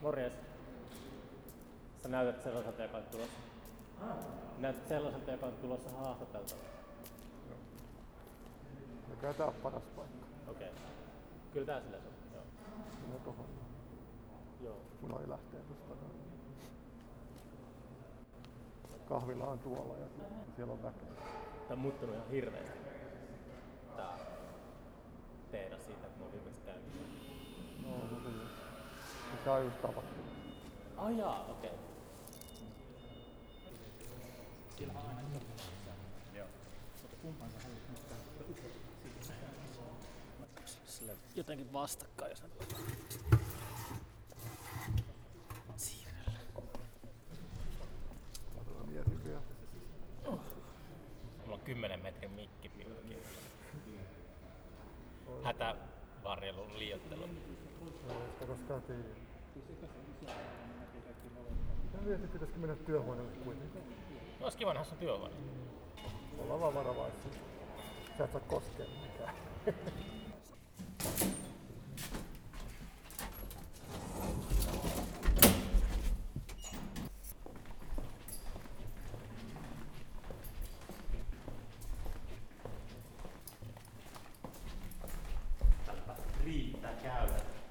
Morjes. Sä näytät sellaiselta, joka on tulossa. Näytät sellaiselta, joka on tulossa haastateltava. Eikä tää ole paras paikka. Okei. Kyllä tää sillä on. Joo. Minä tohon. Joo. Punoi lähtee tosta. Kahvila on tuolla ja siellä on väkeä. Tää on muuttunut ihan hirveesti. Tää tehdas siitä, että mä oon viimeksi käynyt. No, mutta se on just tapahtunut. Ai jaa, okei. Siellä on aina joo. Mutta kumpaan sä haluat nostaa Sille jotenkin vastakkain, jos siirrellä. Mä mietin vielä. Mulla on 10 metrin mikki piukin. Hätävarjelun liioittelu. Ei sitä koskaan tiedä. Mä mietin, pitäisikö mennä työhuoneelle kuitenkin. Ois kiva nähdä sun työhuone. Ollaan vaan varovaisia. Sä et saa koskea mikään. Täälläpä riittää käydä.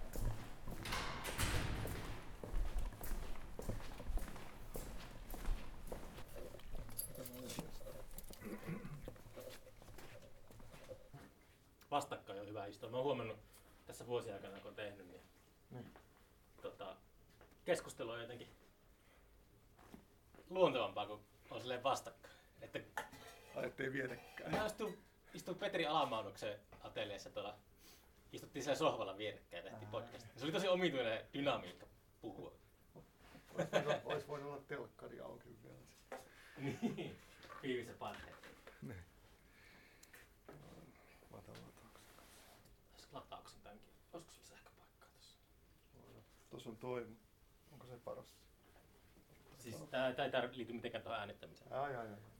Vastakkain on hyvä istua. Mä oon huomannut tässä vuosien aikana, kun oon tehnyt, niin keskustelu on jotenkin luontevampaa, kun on silleen vastakkain. Että Ai ettei vierekään. mä istuin Petri Alamaunuksen ateliassa tuolla. Istuttiin siellä sohvalla vierekkäin ja tehtiin podcastia. Se oli tosi omituinen dynamiikka puhua. Ois voinut olla telkkari auki vielä. Niin, Piivis ja Panne. Niin. Lataako sen tämänkin? Olisiko sulla sähköpaikkaa tossa? Tossa on toi. Onko se paras? Siis tää ei liity mitenkään tuohon äänittämiseen. Ai.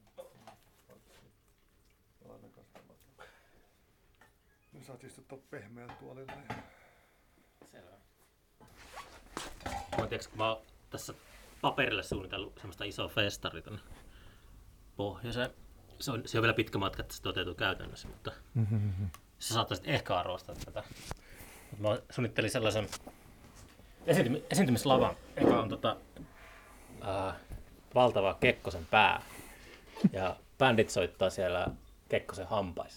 Anna kasvamaan. No saat istuttaa pehmeällä tuolilla. Selvä. Mä tiedätkö, kun mä oon tässä paperille suunnitellut semmoista isoa festaria tonne pohjoiseen. Se on vielä pitkä matka, että se toteutuu käytännössä, mutta sä saattaisit ehkä arvostaa tätä. Mä suunnittelin sellaisen esiintymislavan, joka on valtava Kekkosen pää. Ja bändit soittaa siellä Kekkosen hampaissa.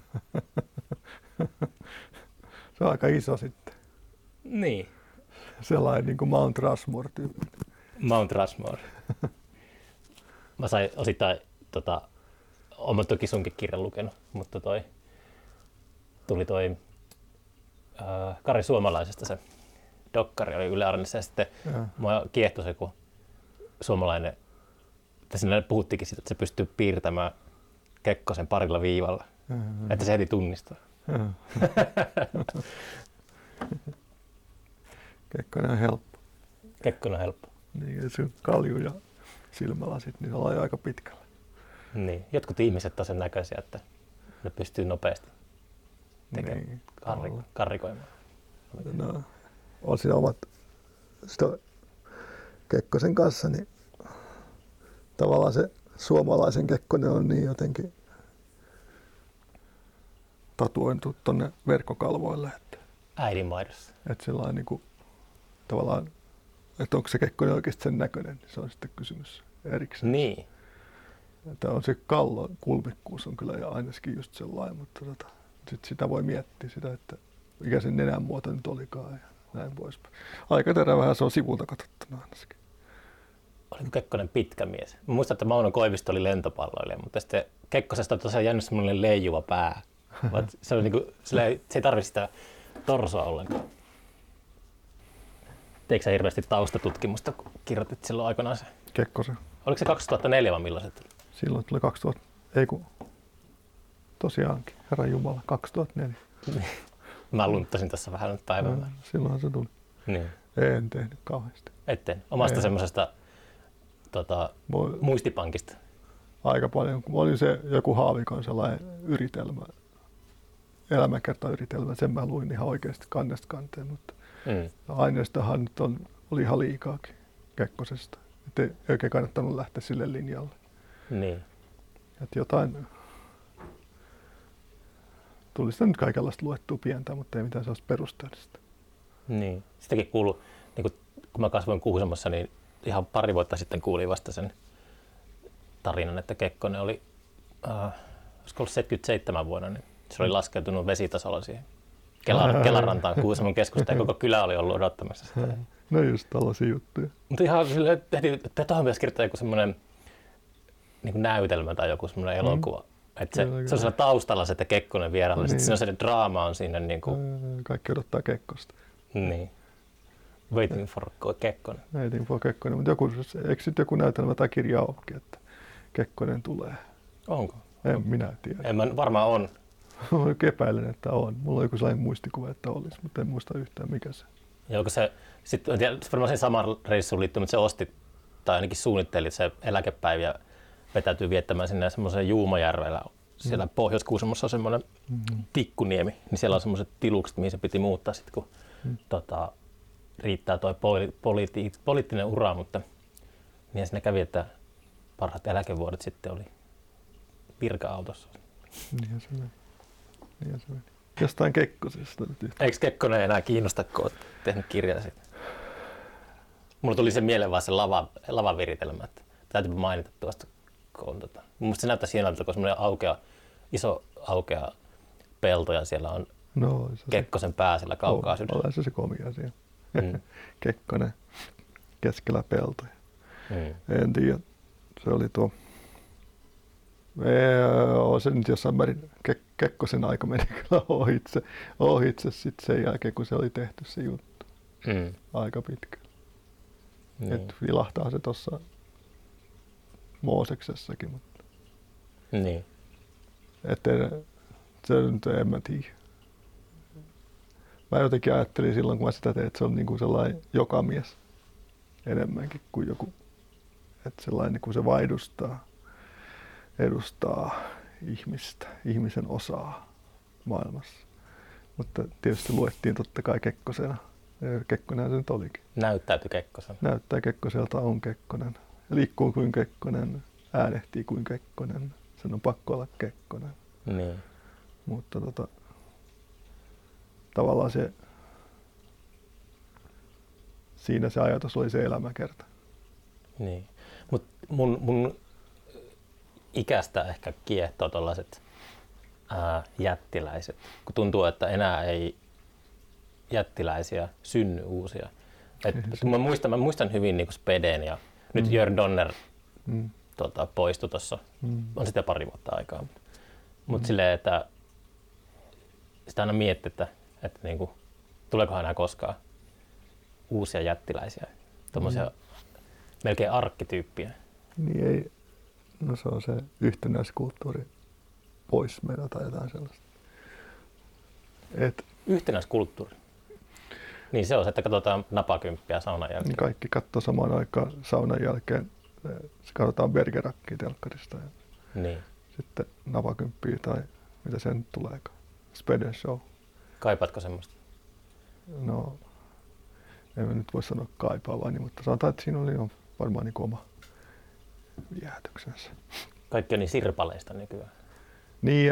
Se on aika iso sitten. Niin. Sellainen niin kuin Mount Rushmore-tyyppi. Mount Rushmore. Mä sain osittain, oon toki sunkin kirjan lukenut, mutta tuli Kari Suomalaisesta se dokkari oli Yle Areenassa ja sitten mua kiehtoi se, kun suomalainen, että siinä puhuttikin siitä, että se pystyy piirtämään Kekkosen parilla viivalla, että se heti tunnistaa. Kekkonen on helppo. Kekkonen on helppo. Niin, ja se kalju ja silmälasit, niin se on aika pitkällä. Niin, jotkut ihmiset on sen näköisiä, että ne pystyy nopeasti tekemään, Niin, karrikoimaan. No, on siinä omat Kekkosen kanssa, niin tavallaan se suomalaisen Kekkonen on niin jotenkin tatuointu tonne verkkokalvoille, Äidinmaidossa. että sellainen niin kuin, tavallaan, että onko se Kekkonen oikeasti sen näköinen, niin se on sitten kysymys erikseen. Niin. Että on se kallon kulmikkuus on kyllä ja ainakin just sellainen, mutta sit sitä voi miettiä sitä, että mikä sen nenän muoto nyt olikaan ja näin poispäin. Aika terävähän se on sivulta katsottuna ainakin. Oliko Kekkonen pitkä mies? Mä muistan, että Mauno Koivisto oli lentopalloilija, mutta sitten Kekkosesta on tosiaan jäänyt semmoinen leijuva pää. Se, oli niinku, se ei tarvitse sitä torsoa ollenkaan. Teikö sä hirveästi taustatutkimusta, kun kirjoitit silloin aikanaan se? Kekkosen. Oliko se 2004 vai milloin se tuli? Silloin tuli 2000, ei kun tosiaankin, Herran Jumala, 2004. Mä lunttasin tässä vähän nyt päivän. Silloinhan se tuli. Niin. En tehnyt kauheasti. Etten. Omasta semmoisesta muistipankista. Aika paljon. Kun olin se joku Haavikon sellainen yritelmä, elämänkertayritelmä, sen mä luin ihan oikeasti kannesta kanteen, mutta aineistohan nyt on oli ihan liikaakin Kekkosesta. Että ei oikein kannattanut lähteä sille linjalle. Niin. Että jotain, tuli sitä nyt kaikenlaista luettua pientä, mutta ei mitään sellaista perusteellista. Niin. Sitäkin kuului, niin kun mä kasvoin Kuusamossa, niin ihan pari vuotta sitten kuulin vasta sen tarinan, että Kekkonen oli, olisiko ollut 77 vuonna, niin se oli laskeutunut vesitasolla siihen Kelarantaan Kuusamon keskustaan ja koko kylä oli ollut odottamassa sitä. No just tällaisia juttuja. Mutta ihan silleen, että tuohon pitäisi kirjoittaa joku semmoinen niin näytelmä tai joku semmoinen elokuva. Että se on siellä taustalla se, että Kekkonen vierailla, niin. Sitten se draama on siinä niin kuin... Kaikki odottaa Kekkosta. Niin. Waiting for Kekkonen. Waiting for Kekkonen, mutta eikö sitten joku näytelmä tai kirja olekin, että Kekkonen tulee? Onko? En minä tiedä. Varmaan on. Epäilen, että on. Mulla on joku sellainen muistikuva, että olisi, mutta en muista yhtään mikä se. Ja onko se, sitten varmaan sen saman reissuun liittyy, mutta se osti, tai ainakin suunnitteli se eläkepäiviä vetäytyy viettämään sinne semmoiseen Juumajärvellä. Siellä Pohjois-Kuusamossa on semmoinen Tikkuniemi, niin siellä on semmoiset tilukset, mihin se piti muuttaa sitten, kun riittää toi poliittinen ura, mutta niin siinä kävi, että parhaat eläkevuodet sitten oli virka-autossa. Niinhän se meni. Jostain Kekkosesta nyt yhtä. Eikö Kekkonen enää kiinnosta, kun olet tehnyt kirjaa siitä? Mulla tuli se mieleen vaan se lavaviritelmä, että täytyy mainita tuosta, kun on mun se näyttää hienolta, kun semmoinen iso aukea pelto ja siellä on Kekkosen pää siellä kaukaa sydällä. Olen se komia asia. Kekkonen keskellä peltoja. En tiedä, se oli tuo... Se nyt jossain määrin Kekkosen aika meni kyllä ohitse sitten sen jälkeen, kun se oli tehty se juttu. Aika pitkä. Et vilahtaa se tuossa Mooseksessakin, mutta niin. Että se nyt en mä tiedä. Mä jotenkin ajattelin silloin, kun mä sitä tein, että se on niinku sellainen jokamies enemmänkin kuin joku, että sellainen kun se edustaa ihmistä, ihmisen osaa maailmassa. Mutta tietysti luettiin totta kai Kekkosena. Kekkonenhan se nyt olikin. Näyttäytyi Kekkosen. Näyttää Kekkoselta on Kekkonen. Liikkuu kuin Kekkonen, äänehtii kuin Kekkonen. Sen on pakko olla Kekkonen. Niin. Mutta tavallaan siinä se ajatus oli se elämäkerta. Niin. Mut mun ikästä ehkä kiehtoo tollaiset jättiläiset, kun tuntuu, että enää ei jättiläisiä synny uusia. Mä muistan hyvin niin kuin Speden ja nyt Jörn Donner poistui tuossa, on sitten pari vuotta aikaa. Mutta silleen, että sitä aina miettii, että niin kuin, tuleekohan enää koskaan uusia jättiläisiä, tommosia melkein arkkityyppiä. Niin ei, no se on se yhtenäiskulttuuri pois meillä tai jotain sellaista. Yhtenäiskulttuuri? Niin se on se, että katsotaan napakymppiä saunan jälkeen. Niin kaikki katsoo samaan aikaan saunan jälkeen, se katsotaan Bergerakkia telkkarista ja niin. sitten napakymppiä tai mitä sen tuleekaan. Speden show. Kaipaatko semmoista? No, en mä nyt voi sanoa kaipaavani, mutta sanotaan, että siinä oli varmaan niin oma viehätyksensä. Kaikki on niin sirpaleista nykyään. Niin,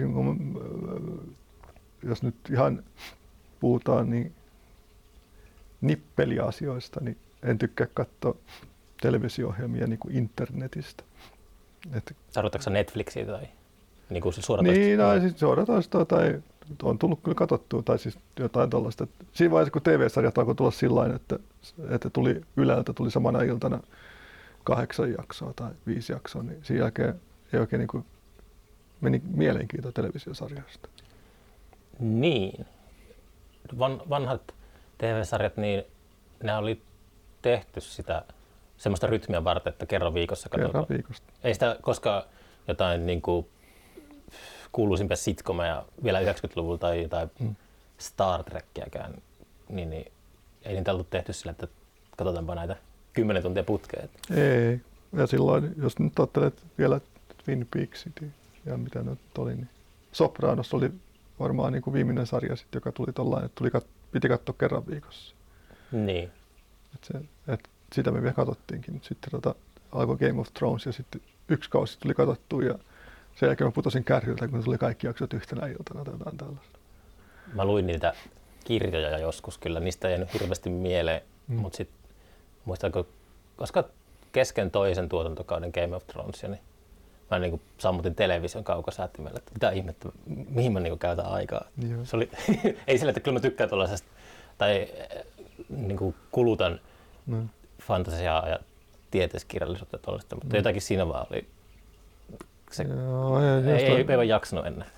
jos nyt ihan puhutaan niin nippeliasioista, niin en tykkää katsoa televisio-ohjelmia niin kuin internetistä. Tarkoitatko Netflixiä tai niin kuin suoratoista? Niin, siis suoratoistoa tai on tullut kyllä katsottua tai siis jotain tuollaista. Siinä vaiheessa, kun TV-sarjat alkoi tulla sillain, että tuli Yleltä tuli samana iltana 8 jaksoa tai 5 jaksoa, niin siinä jälkeen ei oikein niin kuin meni mielenkiinto televisiosarjasta. Niin. Vanhat TV-sarjat, niin ne oli tehty sitä semmoista rytmiä varten, että kerran viikossa katsotaan. Kerran viikosta. Ei sitä koskaan jotain niin kuin kuuluisimpia sitcomeja vielä 90-luvulla tai jotain Star Trekkiäkään, niin ei niitä ollut tehty sillä, että katsotaanpa näitä 10 tuntia putkeen. Ei. Ja silloin, jos nyt ajattelet vielä Twin Peaksia ja mitä nyt oli, niin Sopranos oli varmaan niin kuin viimeinen sarja, sit, joka tuli tollain, että piti katsoa kerran viikossa. Niin. Sitä me vielä katsottiinkin, mutta sitten alkoi Game of Thrones ja sitten yksi kausi tuli katsottua ja sen jälkeen mä putosin kärryltä, kun tuli kaikki jaksot yhtenä iltana tai jotain tällaista. Mä luin niitä kirjoja joskus kyllä, niistä ei jäänyt hirveästi mieleen, mutta sitten muistanko, koska kesken toisen tuotantokauden Game of Thronesia, niin mä niin sammutin television kaukosäättimellä, että mitä ihmettä, mihin mä niin käytän aikaa. Se oli, ei sillä, että kyllä mä tykkään tuollaisesta, tai niin kulutan fantasiaa ja tieteiskirjallisuutta tuollaista, mutta jotakin siinä vaan oli, se ei vaan jaksanut ennen.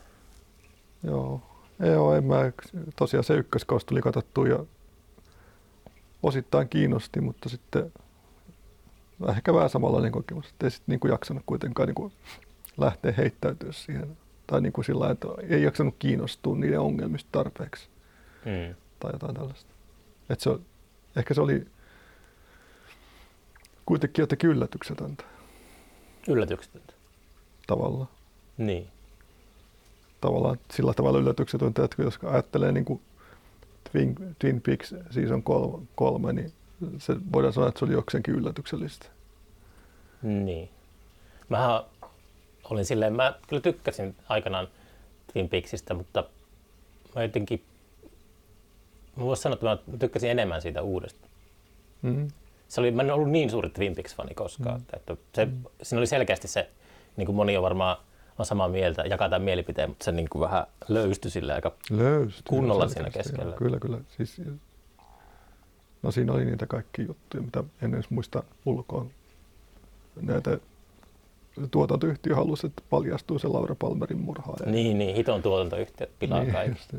Joo, en mä, tosiaan se ykköskausi tuli katsottua ja osittain kiinnosti, mutta sitten ehkä vähän samanlainen kokemus, että ei sitten niin jaksanut kuitenkaan niin lähteä heittäytyä siihen. Tai niin sillä lailla, että ei jaksanut kiinnostua niiden ongelmista tarpeeksi. Tai jotain tällaista. Ehkä se oli kuitenkin jotenkin yllätyksetöntä. Yllätyksetöntä? Tavallaan. Niin. Tavallaan sillä tavalla yllätyksetöntä, että jos ajattelee niin kuin Twin Peaks season 3, niin se voidaan sanoa, että se oli jokseenkin yllätyksellistä. Niin. Mähän olin silleen, mä kyllä tykkäsin aikanaan Twin Peaksista, mutta mä jotenkin, mä voisin sanoa, että mä tykkäsin enemmän siitä uudesta. Mä en ollut niin suuri Twin Peaks-fani koskaan. Että siinä oli selkeästi se, niin kuin moni on varmaan on samaa mieltä, jakaa tämän mielipiteen, mutta se niin kuin vähän löystyi sille aika kunnolla siinä keskellä. Kyllä. Siis, no siinä oli niitä kaikki juttuja, mitä en edes muista ulkoon. Näitä tuotantoyhtiö halusi, että paljastuu se Laura Palmerin murhaaja. Niin, hiton tuotantoyhtiöt pilaa kaikki.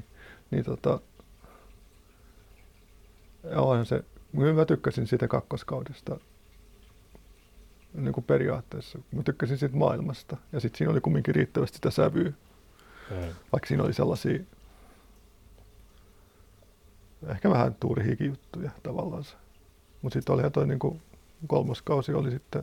Mä tykkäsin siitä kakkoskaudesta niin kuin periaatteessa. Mä tykkäsin siitä maailmasta ja sitten siinä oli kumminkin riittävästi sitä sävyä. Vaikka siinä oli sellaisia ehkä vähän turhiikin juttuja tavallaan. Mutta sitten olihan toi niin kuin kolmas kausi oli sitten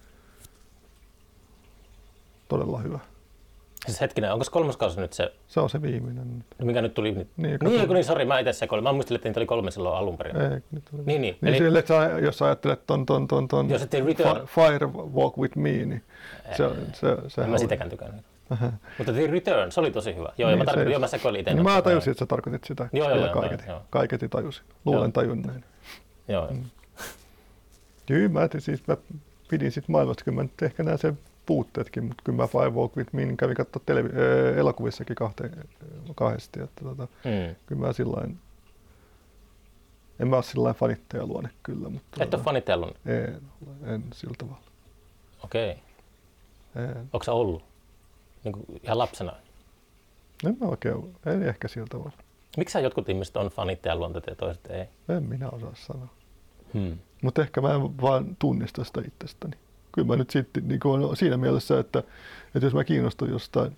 todella hyvä. Siis hetkinen, onko kolmas kausi nyt se? Se on se viimeinen. No mikä nyt tuli? Niin, sori, mä itse sekoilin. Mä muistelin, että niitä oli 3 silloin alun perin. Ei, nyt oli. Niin. Eli sille, että jos ajattelet ton Fire Walk With Me, niin se en mä sitäkään tykännyt. Mutta The Return, se oli tosi hyvä. Joo, niin, mä sekoilin itse. Niin mä tajusin, että sä tarkoitit sitä. Joo, Kaiketi tajusin. Luulen tajunneen. Joo. Kyllä mä pidin siitä maailmasta, kyllä mä nyt ehkä näen sen puutteetkin, mutta kyllä mä Fire Walk With Me kävin katsoa elokuvissakin kahdesti. Että kyllä mä sillain, en mä ole sillain fanittajaluonne kyllä. Mutta et ole fanittajaluonne? En sillä tavalla. Okei. Onko sä ollut? Niin kuin ihan lapsena? En mä oikein, en ehkä sillä tavalla. Miksi jotkut ihmiset on fanittajaluonteita ja toiset ei? En minä osaa sanoa. Mutta ehkä mä en vaan tunnista sitä itsestäni. Kyllä mä nyt sitten niin on siinä mielessä, että jos mä kiinnostun jostain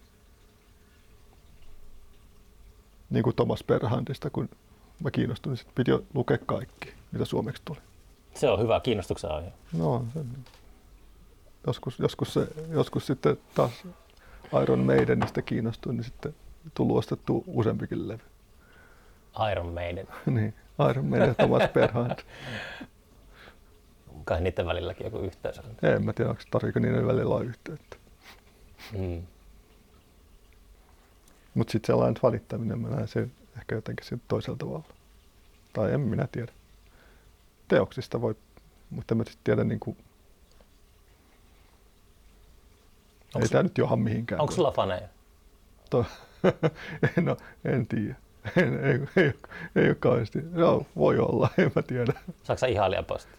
niin kuin Thomas Perhandista, kun mä kiinnostuin, niin sitten piti jo lukea kaikki, mitä suomeksi tuli. Se on hyvä kiinnostuksen aihe. No, joskus sitten taas Iron Maidenistä kiinnostuin, niin sitten tuli ostettua useampikin levy. Iron Maiden. Niin, Iron Maiden ja Thomas Perhand. Kai niiden välilläkin joku yhteys on. En mä tiedä, tarvitseeko niiden välillä olla yhteyttä. Mutta sitten sellainen valittaminen, mä näen sen ehkä jotenkin siitä toisella tavalla. Tai en minä tiedä. Teoksista voi, mutta en mä sitten tiedä niinku. Ei tää nyt johan mihinkään. Onko sulla faneja? No, en tiedä. Ei ole kauheasti. No, voi olla, en mä tiedä. Saatko sä ihailijapostia?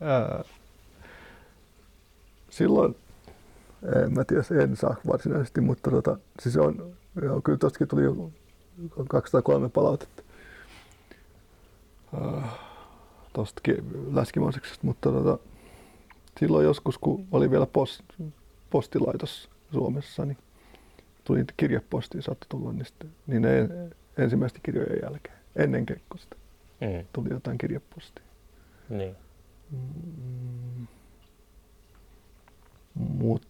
Silloin, en mä tiedä, en saa varsinaisesti, mutta siis kyllä tostakin tuli jo 203 palautetta tosta läskimoseksesta, mutta silloin joskus, kun oli vielä postilaitos Suomessa, niin tuli niitä kirjepostia, saattoi tulla niin ne ensimmäisten kirjojen jälkeen, ennen Kekkosta, tuli jotain kirjepostia. Niin. Mut.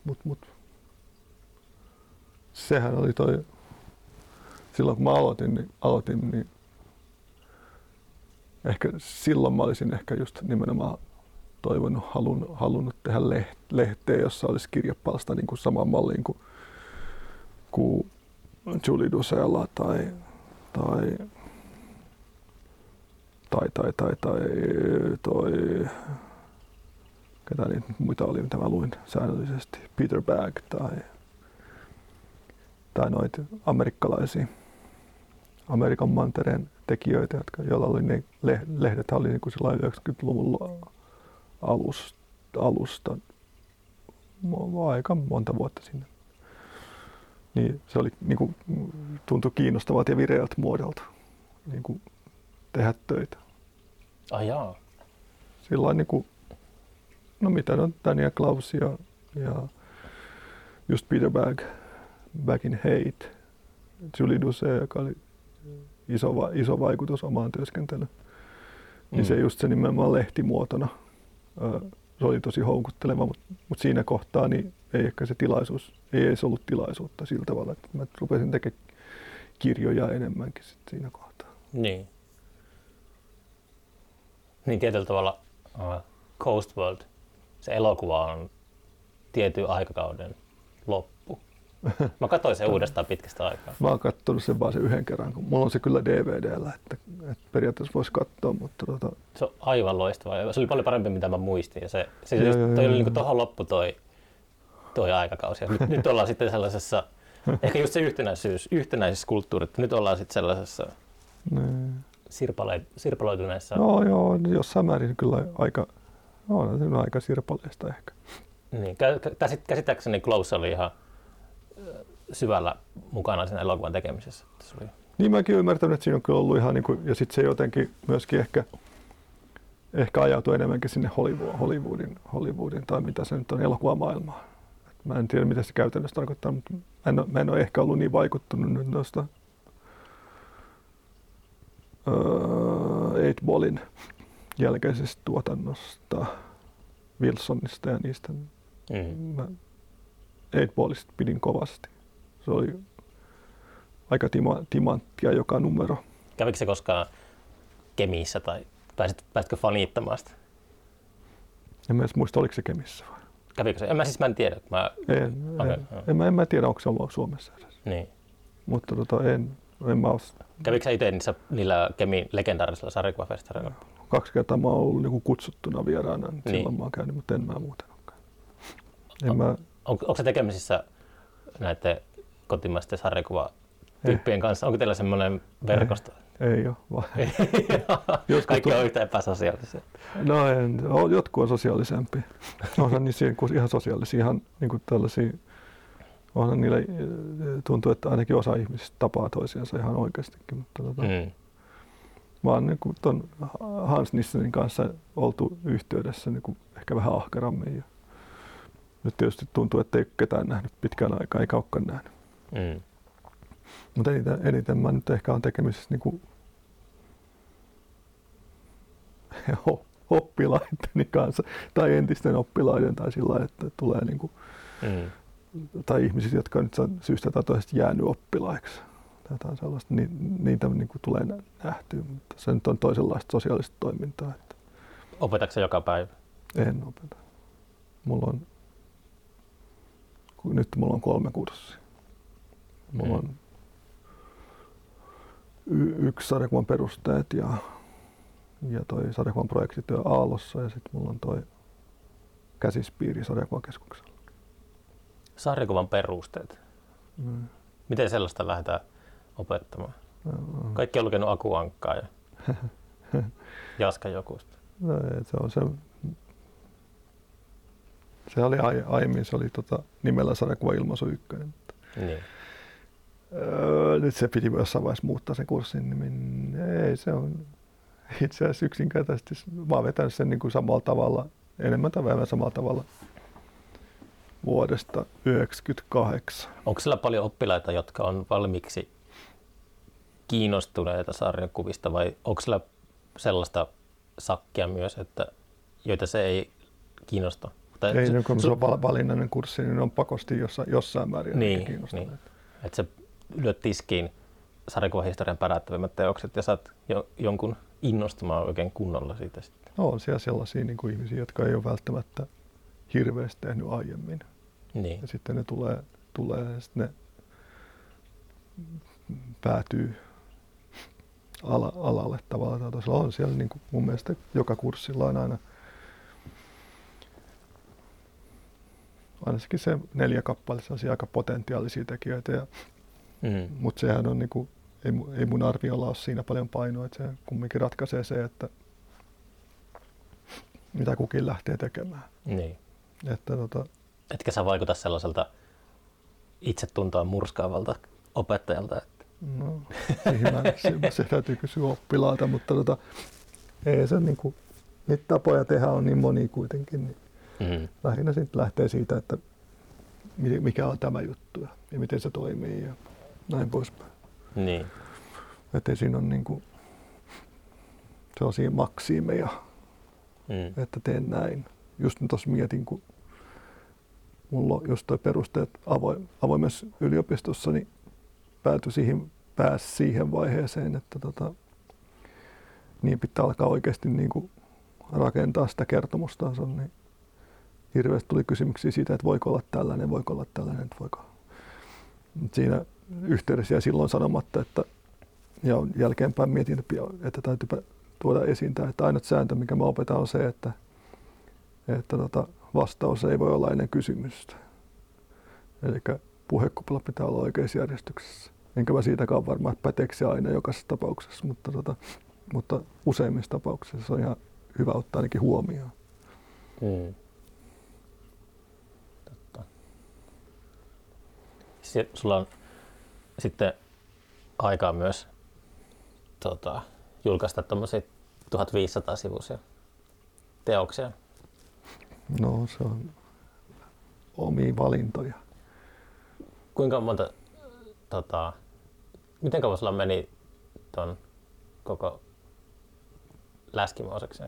Sehän oli toi, silloin kun mä aloitin, niin ehkä silloin mä olisin ehkä just nimenomaan toivonut, halunnut tehdä lehteä, jossa olisi kirjepalsta niin kuin samaan malliin kuin Julie Doucella tai toi ketä niitä muita oli, mitä mä luin säännöllisesti, Peter Bagg tai noita amerikkalaisia Amerikan mantereen tekijöitä, joilla oli ne lehdet oli niin kuin 90-luvun alusta aika monta vuotta sinne. Niin se oli niin kuin, tuntui kiinnostavalta ja vireältä muodolta niin kuin tehdä töitä. Jaa. Sillain niin kuin, no mitä on Daniel Klaus ja just Peter Bagg in Hate, Julie Doucet, joka oli iso vaikutus omaan työskentelyyn. Niin se just se nimenomaan lehtimuotona. Se oli tosi houkutteleva, mutta siinä kohtaa niin ei ehkä se tilaisuus, ei edes ollut tilaisuutta sillä tavalla, että mä rupesin tekemään kirjoja enemmänkin sit siinä kohtaa. Niin. Niin tietyllä tavalla Coast World, se elokuva on tietyn aikakauden loppu. Mä katsoin sen uudestaan pitkästä aikaa. Mä oon katsonut sen vaan sen yhden kerran, kun mulla on se kyllä DVD:llä, että periaatteessa voisi katsoa, mutta Se on aivan loistava. Se oli paljon parempi, mitä mä muistin. Ja toi oli niinku tohon loppu toi aikakausi. Nyt ollaan sitten sellaisessa, ehkä just se yhtenäisyys kulttuuri, että nyt ollaan sitten sellaisessa sirpaloituneessa. Joo, jossain määrin kyllä aika sirpaleista ehkä. Niin, käsittääkseni Klaus oli ihan syvällä mukana sen elokuvan tekemisessä. Niin mäkin ymmärtänyt, että siinä on kyllä ollut ihan niin kuin, ja sitten se jotenkin myöskin ehkä ajautui enemmänkin sinne Hollywoodin tai mitä se nyt on, elokuvamaailmaan. Mä en tiedä, mitä se käytännössä tarkoittaa, mutta mä en ole ehkä ollut niin vaikuttunut nyt noista Eight Ballin jälkeisestä tuotannosta, Wilsonista ja niistä. Mä Eight Ballista pidin kovasti. Se oli aika timanttia joka numero. Kävikö se koskaan Kemissä tai pääsitkö faniittamaan sitä? En mä edes muista, oliko se Kemissä vai? Kävikö se? Mä en tiedä. En mä tiedä, onko se ollut Suomessa edes. Niin. Mutta en mä ole. Kävikö sä itse niillä Kemin legendaarisilla sarjakuvafestareilla? 2 kertaa mä oon ollut niinku kutsuttuna vieraana, niin silloin mä oon käynyt, mutta en mä muuten olekaan. Onko se tekemisissä näiden kotimaisten sarjakuvatyyppien kanssa? Onko teillä semmoinen verkosto? Ei ole. Kaikki on yhtä epäsosiaalisia. No jotkut on sosiaalisempia. Onhan niissä ihan sosiaalisia, ihan niin kuin tällaisia. Onhan niillä tuntuu, että ainakin osa ihmisistä tapaa toisiansa ihan oikeastikin. Mutta mä oon niin kuin ton Hans Nissenin kanssa oltu yhteydessä niin kuin ehkä vähän ahkerammin. Ja nyt tietysti tuntuu, että ei ketään nähnyt pitkään aikaa, ei kaukaan nähnyt. Mutta eniten mä nyt ehkä on tekemisissä niinku oppilaideni kanssa tai entisten oppilaiden tai sillä lailla, että tulee niinku, tai ihmiset, jotka nyt on syystä tai toisesta jäänyt oppilaiksi. Tätä sellaista, niitä niinku tulee nähtyä, mutta se nyt on toisenlaista sosiaalista toimintaa. Että opetatko joka päivä? En opeta. Nyt mulla on 3 kurssia. Mulla on yksi sarjakuvan perusteet ja toi sarjakuvan projektityö Aallossa ja sitten mulla on toi käsispiiri sarjakuvakeskuksella. Sarjakuvan perusteet? Miten sellaista lähdetään opettamaan? Kaikki on lukenut Aku Ankkaa ja Jaska Jokusta. No, se oli aiemmin se oli nimellä sarjakuva ilmaisu 1. Niin. Nyt se piti jossain vaiheessa muuttaa sen kurssin nimen. Ei, se on itse asiassa yksinkertaisesti. Mä oon vetänyt sen niin kuin samalla tavalla, enemmän tai vähemmän samalla tavalla vuodesta 1998. Onko siellä paljon oppilaita, jotka on valmiiksi kiinnostuneita sarjakuvista vai onko siellä sellaista sakkia myös, että joita se ei kiinnosta? Ei, kun se on valinnainen kurssi, niin ne on pakosti jossain määrin kiinnostuneita. Niin. Että sä lyöt tiskiin sarjakuvahistorian päräyttävimmät teokset ja saat jonkun innostumaan oikein kunnolla siitä sitten. No, on siellä sellaisia niin kuin ihmisiä, jotka ei ole välttämättä hirveästi tehnyt aiemmin. Niin. Ja sitten ne tulee ja sitten ne päätyy alalle tavalla tai toisella. On siellä niin kuin mun mielestä joka kurssilla on ainakin se 4 kappaletta aika potentiaalisia tekijöitä. Mutta sehän on niinku, ei mun arviolla ole siinä paljon painoa, että se kumminkin ratkaisee se, että mitä kukin lähtee tekemään. Niin. Että Etkä sä vaikuta sellaiselta itsetuntoa murskaavalta opettajalta? Että... No, se täytyy kysyä oppilaalta, mutta ei se niinku, niitä tapoja tehdä on niin monia kuitenkin. Niin lähinnä sitten lähtee siitä, että mikä on tämä juttu ja miten se toimii ja näin poispäin. Niin. Että siinä on niinku sellaisia maksiimeja, että teen näin. Just tuossa mietin, kun mulla on just toi perusteet avoimessa yliopistossa, niin pääsi siihen vaiheeseen, että niin pitää alkaa oikeasti niinku rakentaa sitä kertomustansa, niin hirveästi tuli kysymyksiä siitä, että voiko olla tällainen, että voiko. Siinä yhteydessä jäi silloin sanomatta, että ja jälkeenpäin mietin, että täytyy tuoda esiin tämä, että ainut sääntö, mikä mä opetan, on se, että vastaus ei voi olla ennen kysymystä. Eli puhekupla pitää olla oikeassa järjestyksessä. Enkä mä siitäkään varmaan päteeksi se aina jokaisessa tapauksessa, mutta useimmissa tapauksissa se on ihan hyvä ottaa ainakin huomioon. Totta. Sulla on sitten aikaa myös julkaista tommosia 1500-sivuisia teoksia. No, se on omia valintoja. Kuinka monta, miten kauan sulla meni ton koko Läskimo-osakseen?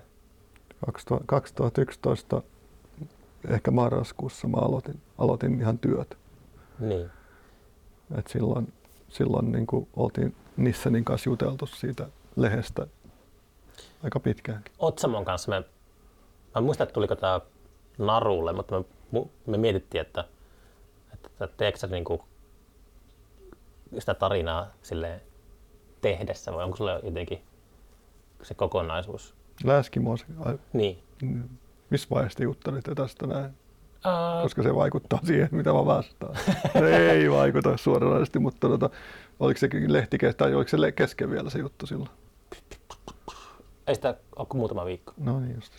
2011 ehkä marraskuussa mä aloitin ihan työt. Niin. Et silloin niin kuin oltiin Nissanin kanssa juteltu siitä lehdestä aika pitkäänkin. Otsamon kanssa mä en muista, että tuliko tää narulle, mutta me mietittiin, että teekö sä niinku sitä tarinaa silleen tehdessä vai onko sulla jotenkin se kokonaisuus? Läskimo, niin. Missä vaiheessa juttelitte tästä näin? Koska se vaikuttaa siihen, mitä mä vastaan. Se ei vaikuta suoranaisesti, mutta oliko se lehti tai oliko se kesken vielä se juttu silloin? Ei sitä ole kuin muutama viikko. No niin just.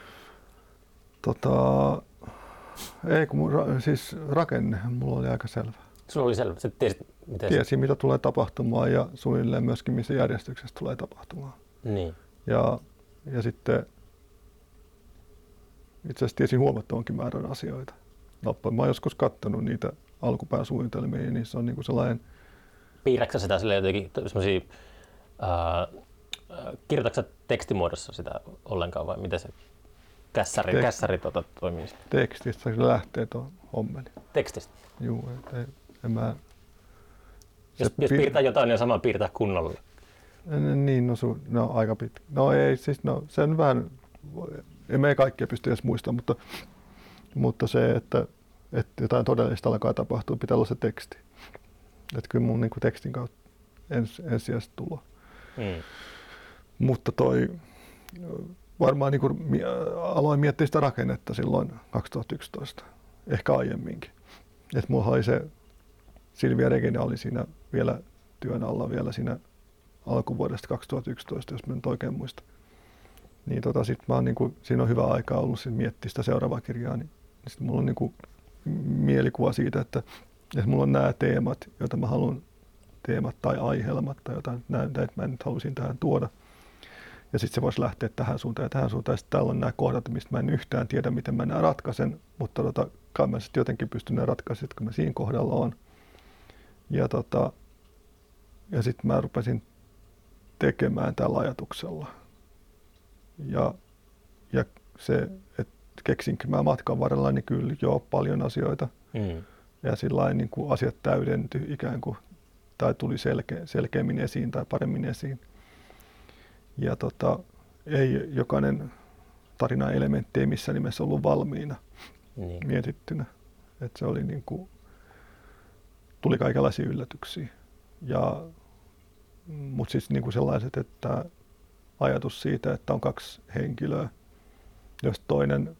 Ei kun siis rakenne mulla oli aika selvä. Sulla oli selvä, sä tiesit Tiesin mitä tulee tapahtumaan ja suunnilleen myöskin missä järjestyksessä tulee tapahtumaan. Niin. Ja sitten itse asiassa tiesin huomattavankin määrän asioita. Mä oon joskus katsonut niitä alkupään suunnitelmia ja niissä on niinku sellainen... Piirrätkö sitä silleen jotenkin semmosia, kirjoitatko sä tekstimuodossa sitä ollenkaan vai miten se kässäri toimii? Tekstistä se lähtee tuon hommeli. Tekstistä? Juu, en mä... Jos piirtää jotain, niin sama piirtää kunnolla. Niin, no aika pitkä. No ei, siis se on vähän... Emme ei kaikkia pysty edes muistamaan, mutta se, että jotain todellista alkaa tapahtua, pitää olla se teksti. Että kyllä mun niinku tekstin kautta ensisijaisesti tulo. Mutta varmaan niinku aloin miettiä sitä rakennetta silloin 2011, ehkä aiemminkin. Että mulla oli se Silvia Regina oli siinä vielä työn alla vielä siinä alkuvuodesta 2011, jos mä nyt oikein muistan. Niin sit mä oon niinku, siinä on hyvä aikaa ollut sit miettiä sitä seuraavaa kirjaa, niin sit mulla on niinku mielikuva siitä, että mulla on nämä teemat, joita mä haluan, teemat tai aihelmat tai jotain näitä, että mä nyt halusin tähän tuoda. Ja sitten se voisi lähteä tähän suuntaan ja tähän suuntaan. Ja sitten täällä on nämä kohdat, mistä mä en yhtään tiedä, miten mä nämä ratkaisen, mutta kai mä sitten jotenkin pystyn nämä ratkaisemaan, kun mä siinä kohdalla on. Ja sitten mä rupesin tekemään tällä ajatuksella. Ja se, että keksinkö mä matkan varrella, niin kyllä joo, paljon asioita. Ja sillain niin kuin asiat täydentyi ikään kuin, tai tuli selkeämmin esiin tai paremmin esiin. Ja ei jokainen tarinan elementti ei missään nimessä ollut valmiina Niin. mietittynä. Että se oli niinku, tuli kaikenlaisia yllätyksiä. Mutta siis niinku sellaiset, että ajatus siitä, että on kaksi henkilöä, jos toinen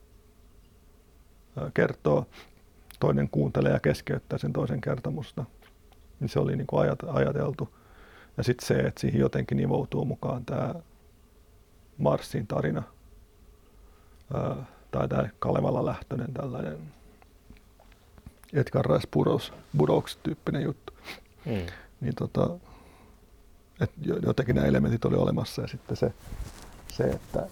kertoo, toinen kuuntelee ja keskeyttää sen toisen kertomusta, niin se oli niinku ajateltu. Ja sitten se, että siihen jotenkin nivoutuu mukaan tämä Marsin tarina, tai tämä Kalevala lähtöinen tällainen Edgar Rice Burroughs tyyppinen juttu. Niin et jotenkin nämä elementit oli olemassa ja sitten se että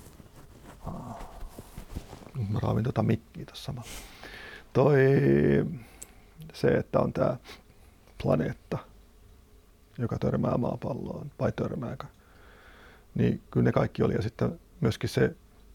mä raavin mikkiä tuossa samalla. Se, että on tämä planeetta, joka törmää maapalloon, vai törmääkö, niin kyllä ne kaikki oli. Ja sitten myöskin se,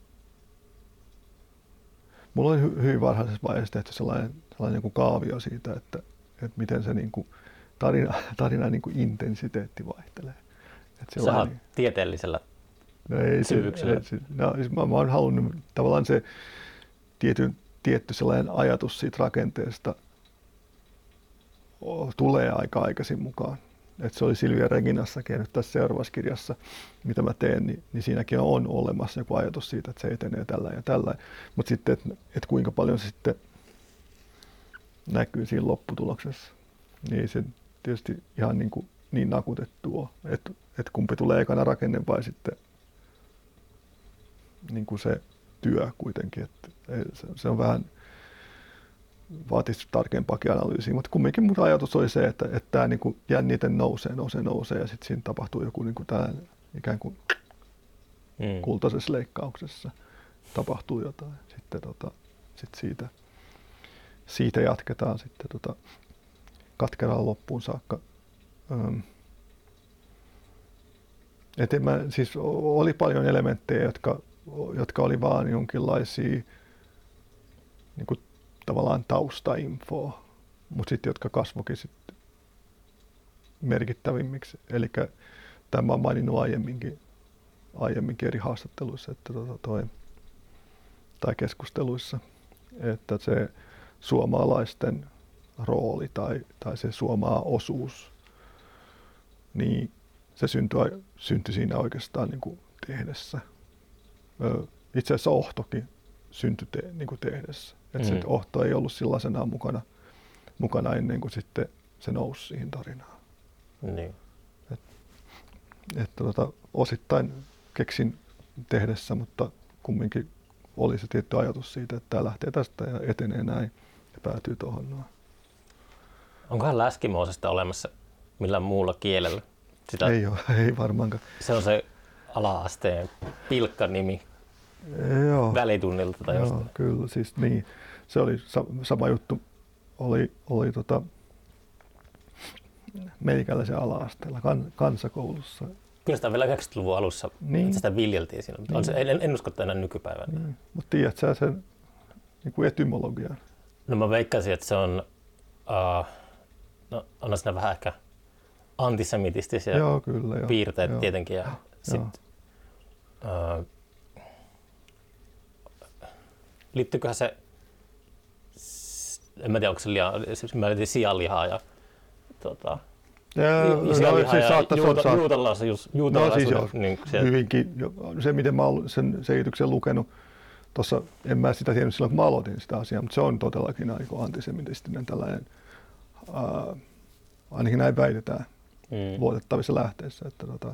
mulla oli hyvin varhaisessa vaiheessa tehty sellainen joku kaavio siitä, että miten se niinku tarina niinku intensiteetti vaihtelee. Sä oot tieteellisellä syvyksellä. Mä oon halunnut tavallaan se tietty sellainen ajatus siitä rakenteesta tulee aika aikaisin mukaan. Et se oli Silvia Reginassakin nyt tässä seuraavassa kirjassa, mitä mä teen, niin siinäkin on olemassa joku ajatus siitä, että se etenee tällä ja tällä. Mutta sitten, että kuinka paljon se sitten näkyy siinä lopputuloksessa, niin se tietysti ihan niin nakutettu on, että kumpi tulee ekana rakenne vai sitten niin kuin se työ kuitenkin. Että se on vähän, vaatisi tarkempaakin analyysiä, mutta kumminkin mun ajatus oli se, että tämä niin jännite nousee ja sitten siinä tapahtuu joku niin kuin tällainen ikään kuin kultaisessa leikkauksessa tapahtuu jotain. Sitten siitä jatketaan sitten katkeraan loppuun saakka. Siis oli paljon elementtejä, jotka oli vaan jonkinlaisia niin kuin tavallaan taustainfoa, mutta sitten jotka kasvoikin sitten merkittävimmiksi. Eli tämä on maininnut aiemminkin eri haastatteluissa tai keskusteluissa, että se suomalaisten rooli tai se suomaa osuus, niin se syntyi siinä oikeastaan niin kuin tehdessä. Itse asiassa Ohtokin syntyi niin kuin tehdessä. Että se Ohto ei ollut sellaisenaan mukana ennen kuin sitten se nousi siihen tarinaan. Niin. Osittain keksin tehdessä, mutta kumminkin oli se tietty ajatus siitä, että tämä lähtee tästä ja etenee näin ja päätyy tuohon noin. Onkohan läskimoosesta olemassa millään muulla kielellä? Sitä, ei varmaankaan. Se on se ala-asteen pilkkanimi välitunnilta tai jostain. Joo, kyllä, siis niin. Se oli sama juttu. Oli meikäläisen ala-asteella kansakoulussa. Kyllä sitä vielä 90-luvun alussa niin. Sitä viljeltiin siinä. Niin. En usko, että enää nykypäivänä. Niin. Mutta tiedätkö sä sen niin kuin etymologian? No mä veikkasin, että se on on siinä vähän ehkä antisemitistisiä piirteitä tietenkin. Ja liittyyköhän se, en mä tiedä, onko se mä löytin sianlihaa ja juutalaisuuden. Niin hyvinkin. Se, miten mä olen sen selityksen lukenut, tuossa en mä sitä tiennyt silloin, kun mä aloitin sitä asiaa, mutta se on todellakin aika antisemitistinen tällainen, ainakin näin väitetään luotettavissa lähteissä,